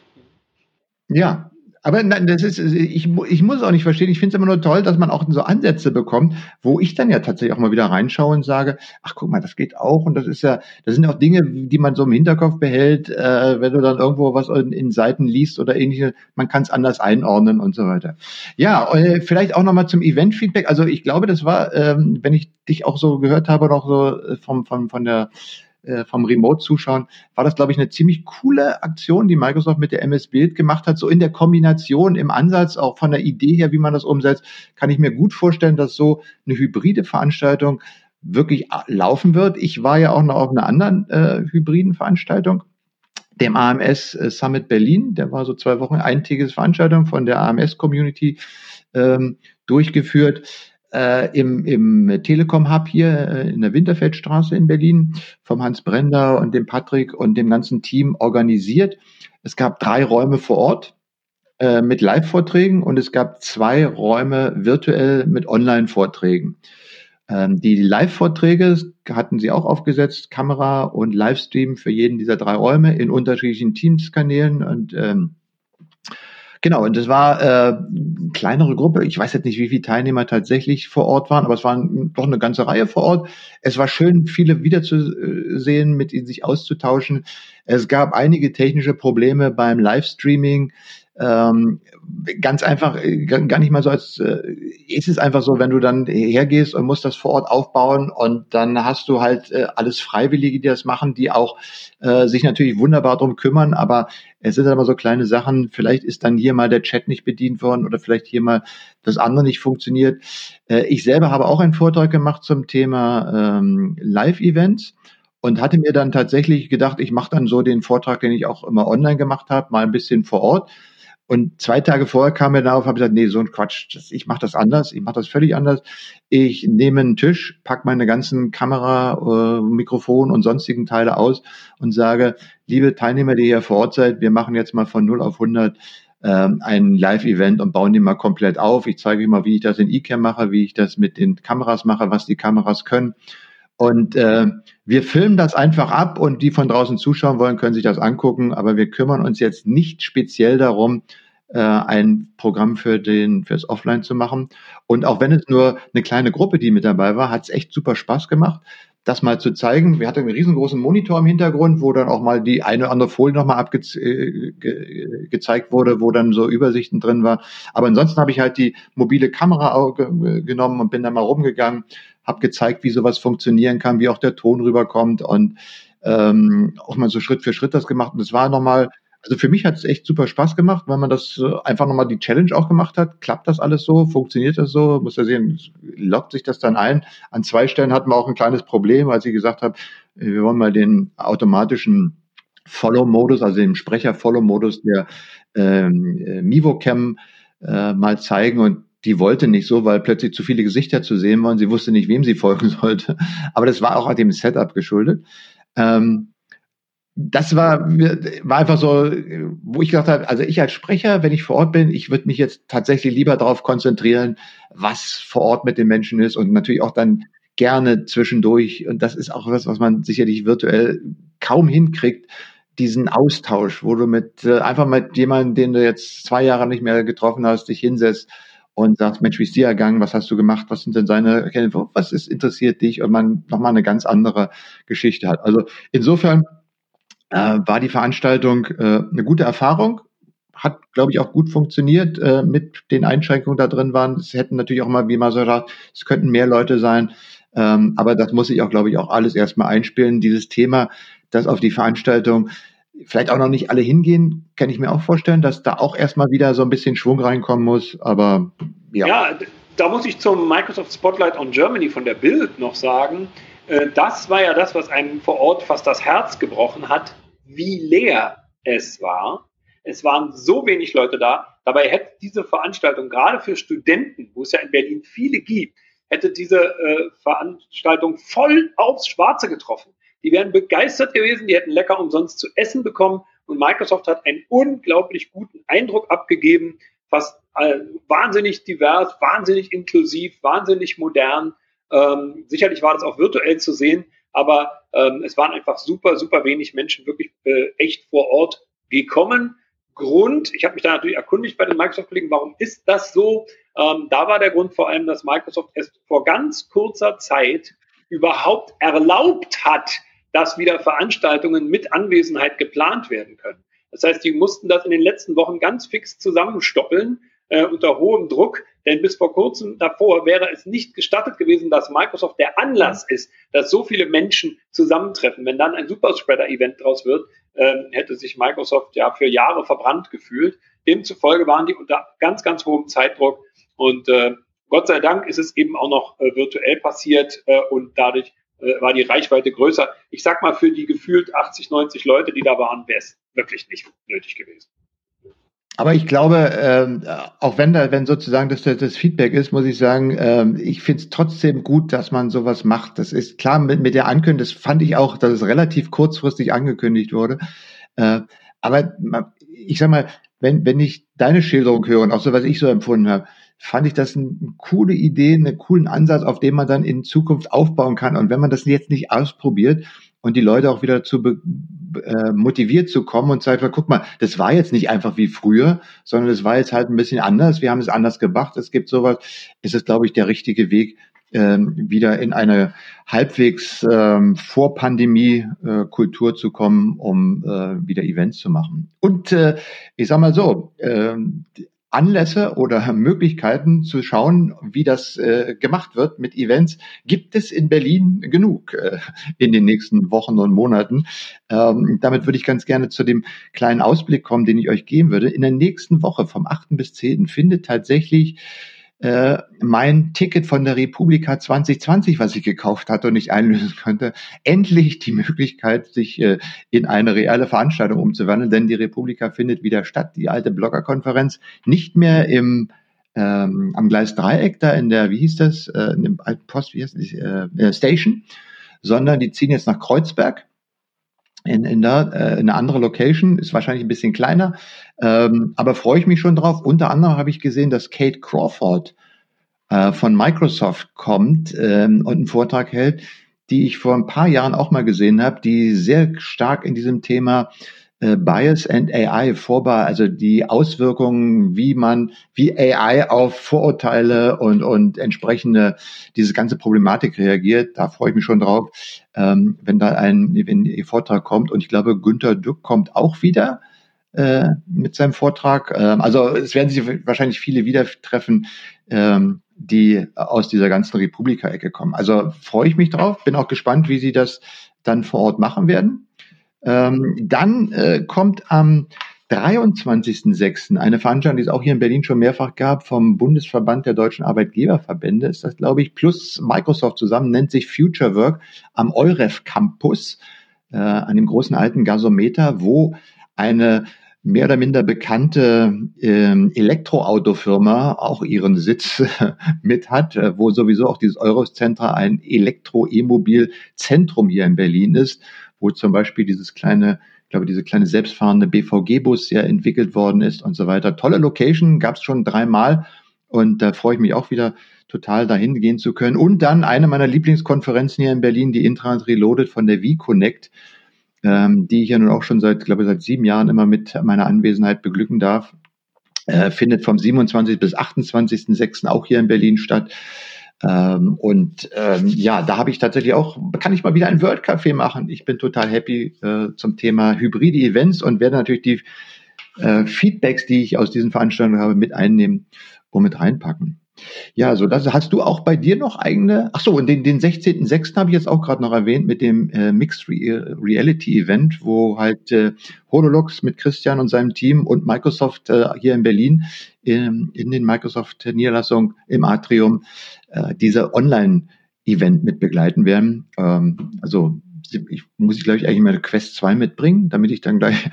Ja. Aber nein, das ist, ich, ich muss es auch nicht verstehen. Ich finde es immer nur toll, dass man auch so Ansätze bekommt, wo ich dann ja tatsächlich auch mal wieder reinschaue und sage, ach guck mal, das geht auch. Und das ist ja, das sind auch Dinge, die man so im Hinterkopf behält, äh, wenn du dann irgendwo was in, in Seiten liest oder ähnliches. Man kann es anders einordnen und so weiter. Ja, äh, vielleicht auch nochmal zum Event-Feedback. Also ich glaube, das war, ähm, wenn ich dich auch so gehört habe, noch so vom, vom, von der vom Remote-Zuschauen, war das, glaube ich, eine ziemlich coole Aktion, die Microsoft mit der M S Build gemacht hat. So in der Kombination, im Ansatz, auch von der Idee her, wie man das umsetzt, kann ich mir gut vorstellen, dass so eine hybride Veranstaltung wirklich laufen wird. Ich war ja auch noch auf einer anderen äh, hybriden Veranstaltung, dem A M S Summit Berlin. Der war so zwei Wochen eintägige Veranstaltung von der A M S-Community ähm, durchgeführt. Äh, im, im Telekom-Hub hier äh, in der Winterfeldstraße in Berlin vom Hans Brender und dem Patrick und dem ganzen Team organisiert. Es gab drei Räume vor Ort äh, mit Live-Vorträgen und es gab zwei Räume virtuell mit Online-Vorträgen. Ähm, die Live-Vorträge hatten sie auch aufgesetzt, Kamera und Livestream für jeden dieser drei Räume in unterschiedlichen Teams-Kanälen und ähm, genau, und das war äh, eine kleinere Gruppe. Ich weiß jetzt nicht, wie viele Teilnehmer tatsächlich vor Ort waren, aber es waren doch eine ganze Reihe vor Ort. Es war schön, viele wiederzusehen, mit ihnen sich auszutauschen. Es gab einige technische Probleme beim Livestreaming. Ähm, ganz einfach, äh, gar gar nicht mal so als, äh, ist es einfach so, wenn du dann hergehst und musst das vor Ort aufbauen und dann hast du halt äh, alles Freiwillige, die das machen, die auch äh, sich natürlich wunderbar drum kümmern, aber es sind aber so kleine Sachen, vielleicht ist dann hier mal der Chat nicht bedient worden oder vielleicht hier mal das andere nicht funktioniert. Äh, ich selber habe auch einen Vortrag gemacht zum Thema ähm, Live-Events und hatte mir dann tatsächlich gedacht, ich mache dann so den Vortrag, den ich auch immer online gemacht habe, mal ein bisschen vor Ort. Und zwei Tage vorher kam mir darauf, habe gesagt, nee, so ein Quatsch, das, ich mache das anders, ich mache das völlig anders. Ich nehme einen Tisch, pack meine ganzen Kamera, äh, Mikrofon und sonstigen Teile aus und sage, liebe Teilnehmer, die hier vor Ort seid, wir machen jetzt mal von null auf hundert ähm, ein Live-Event und bauen die mal komplett auf. Ich zeige euch mal, wie ich das in eCam mache, wie ich das mit den Kameras mache, was die Kameras können. Und äh, wir filmen das einfach ab und die von draußen zuschauen wollen, können sich das angucken. Aber wir kümmern uns jetzt nicht speziell darum, äh, ein Programm für den fürs Offline zu machen. Und auch wenn es nur eine kleine Gruppe, die mit dabei war, hat es echt super Spaß gemacht, das mal zu zeigen. Wir hatten einen riesengroßen Monitor im Hintergrund, wo dann auch mal die eine oder andere Folie nochmal abgezeigt wurde, wo dann so Übersichten drin war. Aber ansonsten habe ich halt die mobile Kamera auch ge genommen und bin da mal rumgegangen, habe gezeigt, wie sowas funktionieren kann, wie auch der Ton rüberkommt und ähm, auch mal so Schritt für Schritt das gemacht. Und es war nochmal, also für mich hat es echt super Spaß gemacht, weil man das äh, einfach nochmal die Challenge auch gemacht hat. Klappt das alles so? Funktioniert das so? Muss ja sehen, lockt sich das dann ein? An zwei Stellen hatten wir auch ein kleines Problem, als ich gesagt habe, wir wollen mal den automatischen Follow-Modus, also den Sprecher-Follow-Modus der ähm, äh, MivoCam äh, mal zeigen und die wollte nicht so, weil plötzlich zu viele Gesichter zu sehen waren. Sie wusste nicht, wem sie folgen sollte. Aber das war auch dem Setup geschuldet. Ähm, das war, war einfach so, wo ich gedacht habe, also ich als Sprecher, wenn ich vor Ort bin, ich würde mich jetzt tatsächlich lieber darauf konzentrieren, was vor Ort mit den Menschen ist und natürlich auch dann gerne zwischendurch. Und das ist auch was, was man sicherlich virtuell kaum hinkriegt, diesen Austausch, wo du mit äh, einfach mit jemandem, den du jetzt zwei Jahre nicht mehr getroffen hast, dich hinsetzt und sagst, Mensch, wie ist dir ergangen? Was hast du gemacht? Was sind denn seine Erkenntnisse? Was ist interessiert dich? Und man nochmal eine ganz andere Geschichte hat. Also insofern äh, war die Veranstaltung äh, eine gute Erfahrung. Hat, glaube ich, auch gut funktioniert äh, mit den Einschränkungen da drin waren. Es hätten natürlich auch mal, wie man so sagt, es könnten mehr Leute sein. Ähm, aber das muss ich auch, glaube ich, auch alles erstmal einspielen. Dieses Thema, das auf die Veranstaltung vielleicht auch noch nicht alle hingehen, kann ich mir auch vorstellen, dass da auch erstmal wieder so ein bisschen Schwung reinkommen muss, aber ja. Ja, da muss ich zum Microsoft Spotlight on Germany von der Bild noch sagen, das war ja das, was einem vor Ort fast das Herz gebrochen hat, wie leer es war. Es waren so wenig Leute da, dabei hätte diese Veranstaltung gerade für Studenten, wo es ja in Berlin viele gibt, hätte diese äh, Veranstaltung voll aufs Schwarze getroffen. Die wären begeistert gewesen, die hätten lecker umsonst zu essen bekommen und Microsoft hat einen unglaublich guten Eindruck abgegeben, fast äh, wahnsinnig divers, wahnsinnig inklusiv, wahnsinnig modern. Ähm, sicherlich war das auch virtuell zu sehen, aber ähm, es waren einfach super, super wenig Menschen wirklich äh, echt vor Ort gekommen. Grund, ich habe mich da natürlich erkundigt bei den Microsoft-Kollegen, warum ist das so? Ähm, da war der Grund vor allem, dass Microsoft erst vor ganz kurzer Zeit überhaupt erlaubt hat, dass wieder Veranstaltungen mit Anwesenheit geplant werden können. Das heißt, die mussten das in den letzten Wochen ganz fix zusammenstoppeln, äh, unter hohem Druck, denn bis vor kurzem davor wäre es nicht gestattet gewesen, dass Microsoft der Anlass ist, dass so viele Menschen zusammentreffen. Wenn dann ein Superspreader-Event draus wird, äh, hätte sich Microsoft ja für Jahre verbrannt gefühlt. Demzufolge waren die unter ganz, ganz hohem Zeitdruck und äh, Gott sei Dank ist es eben auch noch äh, virtuell passiert äh, und dadurch äh, war die Reichweite größer. Ich sag mal, für die gefühlt achtzig, neunzig Leute, die da waren, wäre es wirklich nicht nötig gewesen. Aber ich glaube, ähm, auch wenn da, wenn sozusagen das, das Feedback ist, muss ich sagen, ähm, ich finde es trotzdem gut, dass man sowas macht. Das ist klar mit, mit der Ankündigung, das fand ich auch, dass es relativ kurzfristig angekündigt wurde. Äh, aber ich sag mal, wenn, wenn ich deine Schilderung höre und auch so, was ich so empfunden habe, fand ich das eine coole Idee, einen coolen Ansatz, auf den man dann in Zukunft aufbauen kann. Und wenn man das jetzt nicht ausprobiert und die Leute auch wieder dazu be, äh, motiviert zu kommen und sagt, guck mal, das war jetzt nicht einfach wie früher, sondern es war jetzt halt ein bisschen anders. Wir haben es anders gemacht. Es gibt sowas. Ist es, glaube ich, der richtige Weg, ähm, wieder in eine halbwegs ähm, Vor-Pandemie-Kultur zu kommen, um äh, wieder Events zu machen. Und äh, ich sag mal so, äh, Anlässe oder Möglichkeiten zu schauen, wie das äh, gemacht wird mit Events, gibt es in Berlin genug äh, in den nächsten Wochen und Monaten. Ähm, damit würde ich ganz gerne zu dem kleinen Ausblick kommen, den ich euch geben würde. In der nächsten Woche vom achten bis zehnten findet tatsächlich äh, mein Ticket von der Republika zwanzig zwanzig, was ich gekauft hatte und nicht einlösen konnte, endlich die Möglichkeit, sich äh, in eine reelle Veranstaltung umzuwandeln, denn die Republika findet wieder statt, die alte Bloggerkonferenz, nicht mehr im ähm, am Gleis Dreieck da in der, wie hieß das, äh, in dem alten Post, wie heißt das, äh, Station, sondern die ziehen jetzt nach Kreuzberg. In, in, da, äh, in eine andere Location, ist wahrscheinlich ein bisschen kleiner, ähm, aber freue ich mich schon drauf. Unter anderem habe ich gesehen, dass Kate Crawford äh, von Microsoft kommt ähm, und einen Vortrag hält, die ich vor ein paar Jahren auch mal gesehen habe, die sehr stark in diesem Thema äh, Bias and A I vorbar, also die Auswirkungen, wie man, wie A I auf Vorurteile und und entsprechende diese ganze Problematik reagiert. Da freue ich mich schon drauf, ähm, wenn da ein wenn ihr Vortrag kommt. Und ich glaube, Günter Dück kommt auch wieder äh, mit seinem Vortrag. Ähm, also es werden sich wahrscheinlich viele wieder treffen, ähm, die aus dieser ganzen Republika-Ecke kommen. Also freue ich mich drauf. Bin auch gespannt, wie sie das dann vor Ort machen werden. Ähm, dann äh, kommt am dreiundzwanzigsten sechsten eine Veranstaltung, die es auch hier in Berlin schon mehrfach gab, vom Bundesverband der deutschen Arbeitgeberverbände, ist das, glaube ich, plus Microsoft zusammen, nennt sich Future Work am Euref Campus, äh, an dem großen alten Gasometer, wo eine mehr oder minder bekannte ähm, Elektroautofirma auch ihren Sitz mit hat, äh, wo sowieso auch dieses Euroscentra ein Elektro-E-Mobil-Zentrum hier in Berlin ist, wo zum Beispiel dieses kleine, ich glaube, diese kleine selbstfahrende B V G-Bus ja entwickelt worden ist und so weiter. Tolle Location, gab es schon dreimal und da freue ich mich auch wieder total dahin gehen zu können. Und dann eine meiner Lieblingskonferenzen hier in Berlin, die Intranet Reloaded von der V-Connect, ähm, die ich ja nun auch schon seit, glaube ich, seit sieben Jahren immer mit meiner Anwesenheit beglücken darf, äh, findet vom siebenundzwanzigsten bis achtundzwanzigsten sechsten auch hier in Berlin statt. Ähm, und ähm, ja, da habe ich tatsächlich auch, kann ich mal wieder ein World Café machen. Ich bin total happy äh, zum Thema hybride Events und werde natürlich die äh, Feedbacks, die ich aus diesen Veranstaltungen habe, mit einnehmen und mit reinpacken. Ja, so das hast du auch bei dir noch eigene. Ach so, und den, den sechzehnten sechsten habe ich jetzt auch gerade noch erwähnt mit dem äh, Mixed Re- Reality Event, wo halt äh, HoloLux mit Christian und seinem Team und Microsoft äh, hier in Berlin in, in den Microsoft-Niederlassungen im Atrium äh, diese Online-Event mit begleiten werden. Ähm, also ich muss ich, glaube ich, eigentlich mal Quest zwei mitbringen, damit ich dann gleich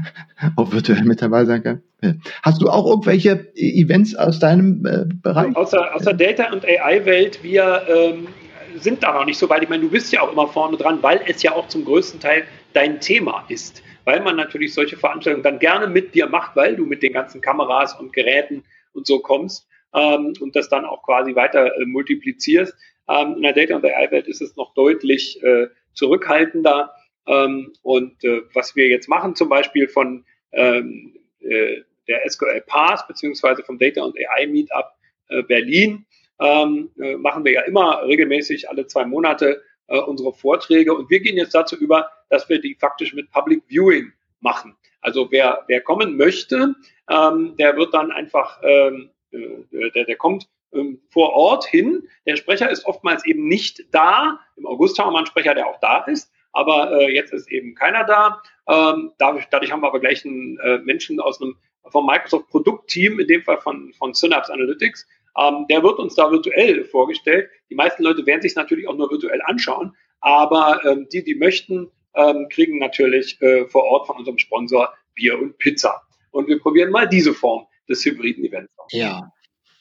auch virtuell mit dabei sein kann. Hast du auch irgendwelche Events aus deinem äh, Bereich? Aus der, aus der Data- und A I-Welt, wir ähm, sind da noch nicht so weit. Ich meine, du bist ja auch immer vorne dran, weil es ja auch zum größten Teil dein Thema ist. Weil man natürlich solche Veranstaltungen dann gerne mit dir macht, weil du mit den ganzen Kameras und Geräten und so kommst ähm, und das dann auch quasi weiter äh, multiplizierst. Ähm, in der Data- und A I-Welt ist es noch deutlich äh, zurückhaltender. Ähm, und äh, was wir jetzt machen, zum Beispiel von ähm, äh, der S Q L Pass beziehungsweise vom Data und A I Meetup äh, Berlin, ähm, äh, machen wir ja immer regelmäßig alle zwei Monate äh, unsere Vorträge. Und wir gehen jetzt dazu über, dass wir die faktisch mit Public Viewing machen. Also wer, wer kommen möchte, ähm, der wird dann einfach, ähm, äh, der, der kommt ähm, vor Ort hin. Der Sprecher ist oftmals eben nicht da. Im August haben wir einen Sprecher, der auch da ist. Aber äh, jetzt ist eben keiner da. Ähm, dadurch, dadurch haben wir aber gleich einen äh, Menschen aus einem vom Microsoft Produktteam, in dem Fall von, von Synapse Analytics. Ähm, der wird uns da virtuell vorgestellt. Die meisten Leute werden sich natürlich auch nur virtuell anschauen. Aber ähm, die, die möchten, ähm, kriegen natürlich äh, vor Ort von unserem Sponsor Bier und Pizza. Und wir probieren mal diese Form des hybriden Events aus. Ja.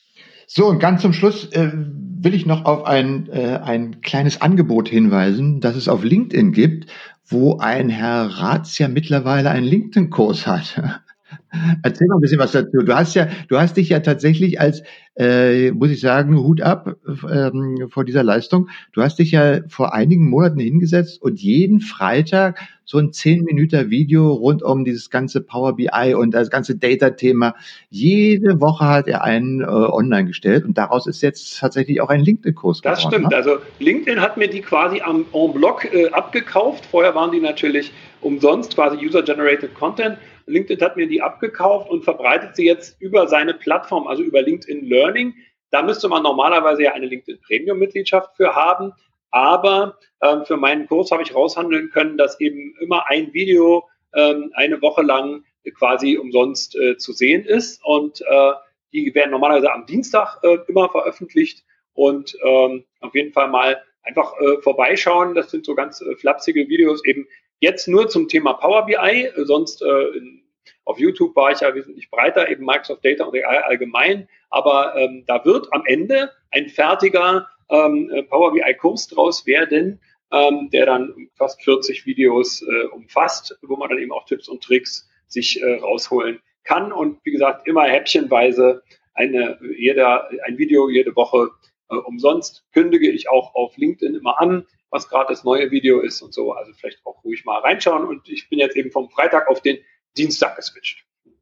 So, und ganz zum Schluss äh, will ich noch auf ein, äh, ein kleines Angebot hinweisen, das es auf LinkedIn gibt, wo ein Herr Raths ja mittlerweile einen LinkedIn-Kurs hat. Erzähl mal ein bisschen was dazu. Du hast ja, du hast dich ja tatsächlich als, äh, muss ich sagen, Hut ab ähm, vor dieser Leistung. Du hast dich ja vor einigen Monaten hingesetzt und jeden Freitag so ein zehn Minuten Video rund um dieses ganze Power B I und das ganze Data-Thema. Jede Woche hat er einen äh, online gestellt und daraus ist jetzt tatsächlich auch ein LinkedIn-Kurs geworden. Das stimmt. Ne? Also LinkedIn hat mir die quasi am en bloc äh, abgekauft. Vorher waren die natürlich umsonst, quasi User-Generated Content. LinkedIn hat mir die abgekauft und verbreitet sie jetzt über seine Plattform, also über LinkedIn Learning. Da müsste man normalerweise ja eine LinkedIn Premium-Mitgliedschaft für haben. Aber ähm, für meinen Kurs habe ich raushandeln können, dass eben immer ein Video ähm, eine Woche lang quasi umsonst äh, zu sehen ist. Und äh, die werden normalerweise am Dienstag äh, immer veröffentlicht. Und ähm, auf jeden Fall mal einfach äh, vorbeischauen. Das sind so ganz äh, flapsige Videos eben. Jetzt nur zum Thema Power B I, sonst äh, in, auf YouTube war ich ja wesentlich breiter, eben Microsoft Data und A I allgemein, aber ähm, da wird am Ende ein fertiger ähm, Power B I-Kurs draus werden, ähm, der dann fast vierzig Videos äh, umfasst, wo man dann eben auch Tipps und Tricks sich äh, rausholen kann und wie gesagt immer häppchenweise eine, jeder, ein Video jede Woche äh, umsonst, kündige ich auch auf LinkedIn immer an, was gerade das neue Video ist und so. Also vielleicht auch ruhig mal reinschauen. Und ich bin jetzt eben vom Freitag auf den Dienstag geswitcht.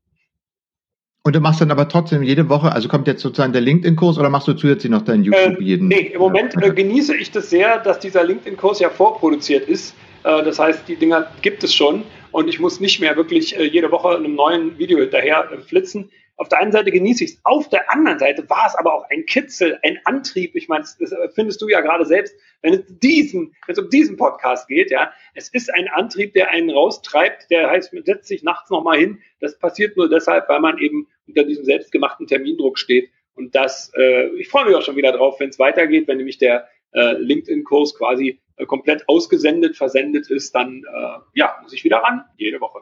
Und du machst dann aber trotzdem jede Woche, also kommt jetzt sozusagen der LinkedIn-Kurs oder machst du zusätzlich noch deinen YouTube äh, jeden? Nee, im Moment äh, genieße ich das sehr, dass dieser LinkedIn-Kurs ja vorproduziert ist. Äh, das heißt, die Dinger gibt es schon und ich muss nicht mehr wirklich äh, jede Woche einem neuen Video hinterher äh, flitzen. Auf der einen Seite genieße ich es, auf der anderen Seite war es aber auch ein Kitzel, ein Antrieb. Ich meine, das, das findest du ja gerade selbst, wenn es, diesen, wenn es um diesen Podcast geht. Ja, es ist ein Antrieb, der einen raustreibt, der heißt, man setzt sich nachts nochmal hin. Das passiert nur deshalb, weil man eben unter diesem selbstgemachten Termindruck steht. Und das, äh, ich freue mich auch schon wieder drauf, wenn es weitergeht, wenn nämlich der äh, LinkedIn-Kurs quasi äh, komplett ausgesendet, versendet ist, dann äh, ja, muss ich wieder ran, jede Woche.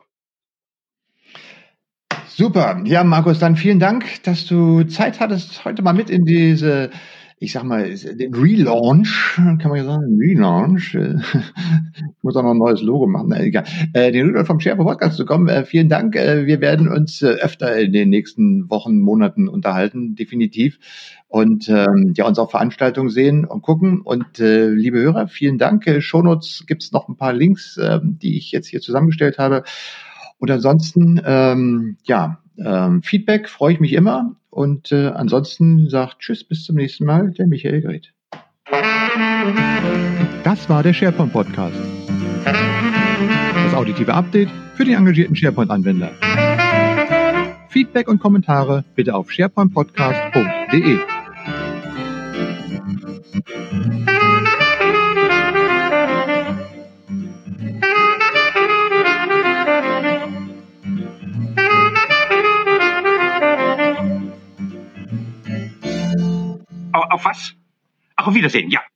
Super. Ja, Markus, dann vielen Dank, dass du Zeit hattest, heute mal mit in diese, ich sag mal, den Relaunch, kann man ja sagen, Relaunch. Ich muss auch noch ein neues Logo machen, na, egal. Den Relaunch vom SharePoint Podcast zu kommen. Vielen Dank. Wir werden uns öfter in den nächsten Wochen, Monaten unterhalten, definitiv. Und ähm, ja, uns auf Veranstaltungen sehen und gucken. Und äh, liebe Hörer, vielen Dank. Shownotes gibt's noch ein paar Links, äh, die ich jetzt hier zusammengestellt habe. Und ansonsten, ähm, ja, ähm, Feedback freue ich mich immer. Und äh, ansonsten sagt Tschüss, bis zum nächsten Mal, der Michael Greth. Das war der SharePoint Podcast. Das auditive Update für die engagierten SharePoint-Anwender. Feedback und Kommentare bitte auf sharepoint podcast punkt de. Auf was? Ach, auf Wiedersehen, ja.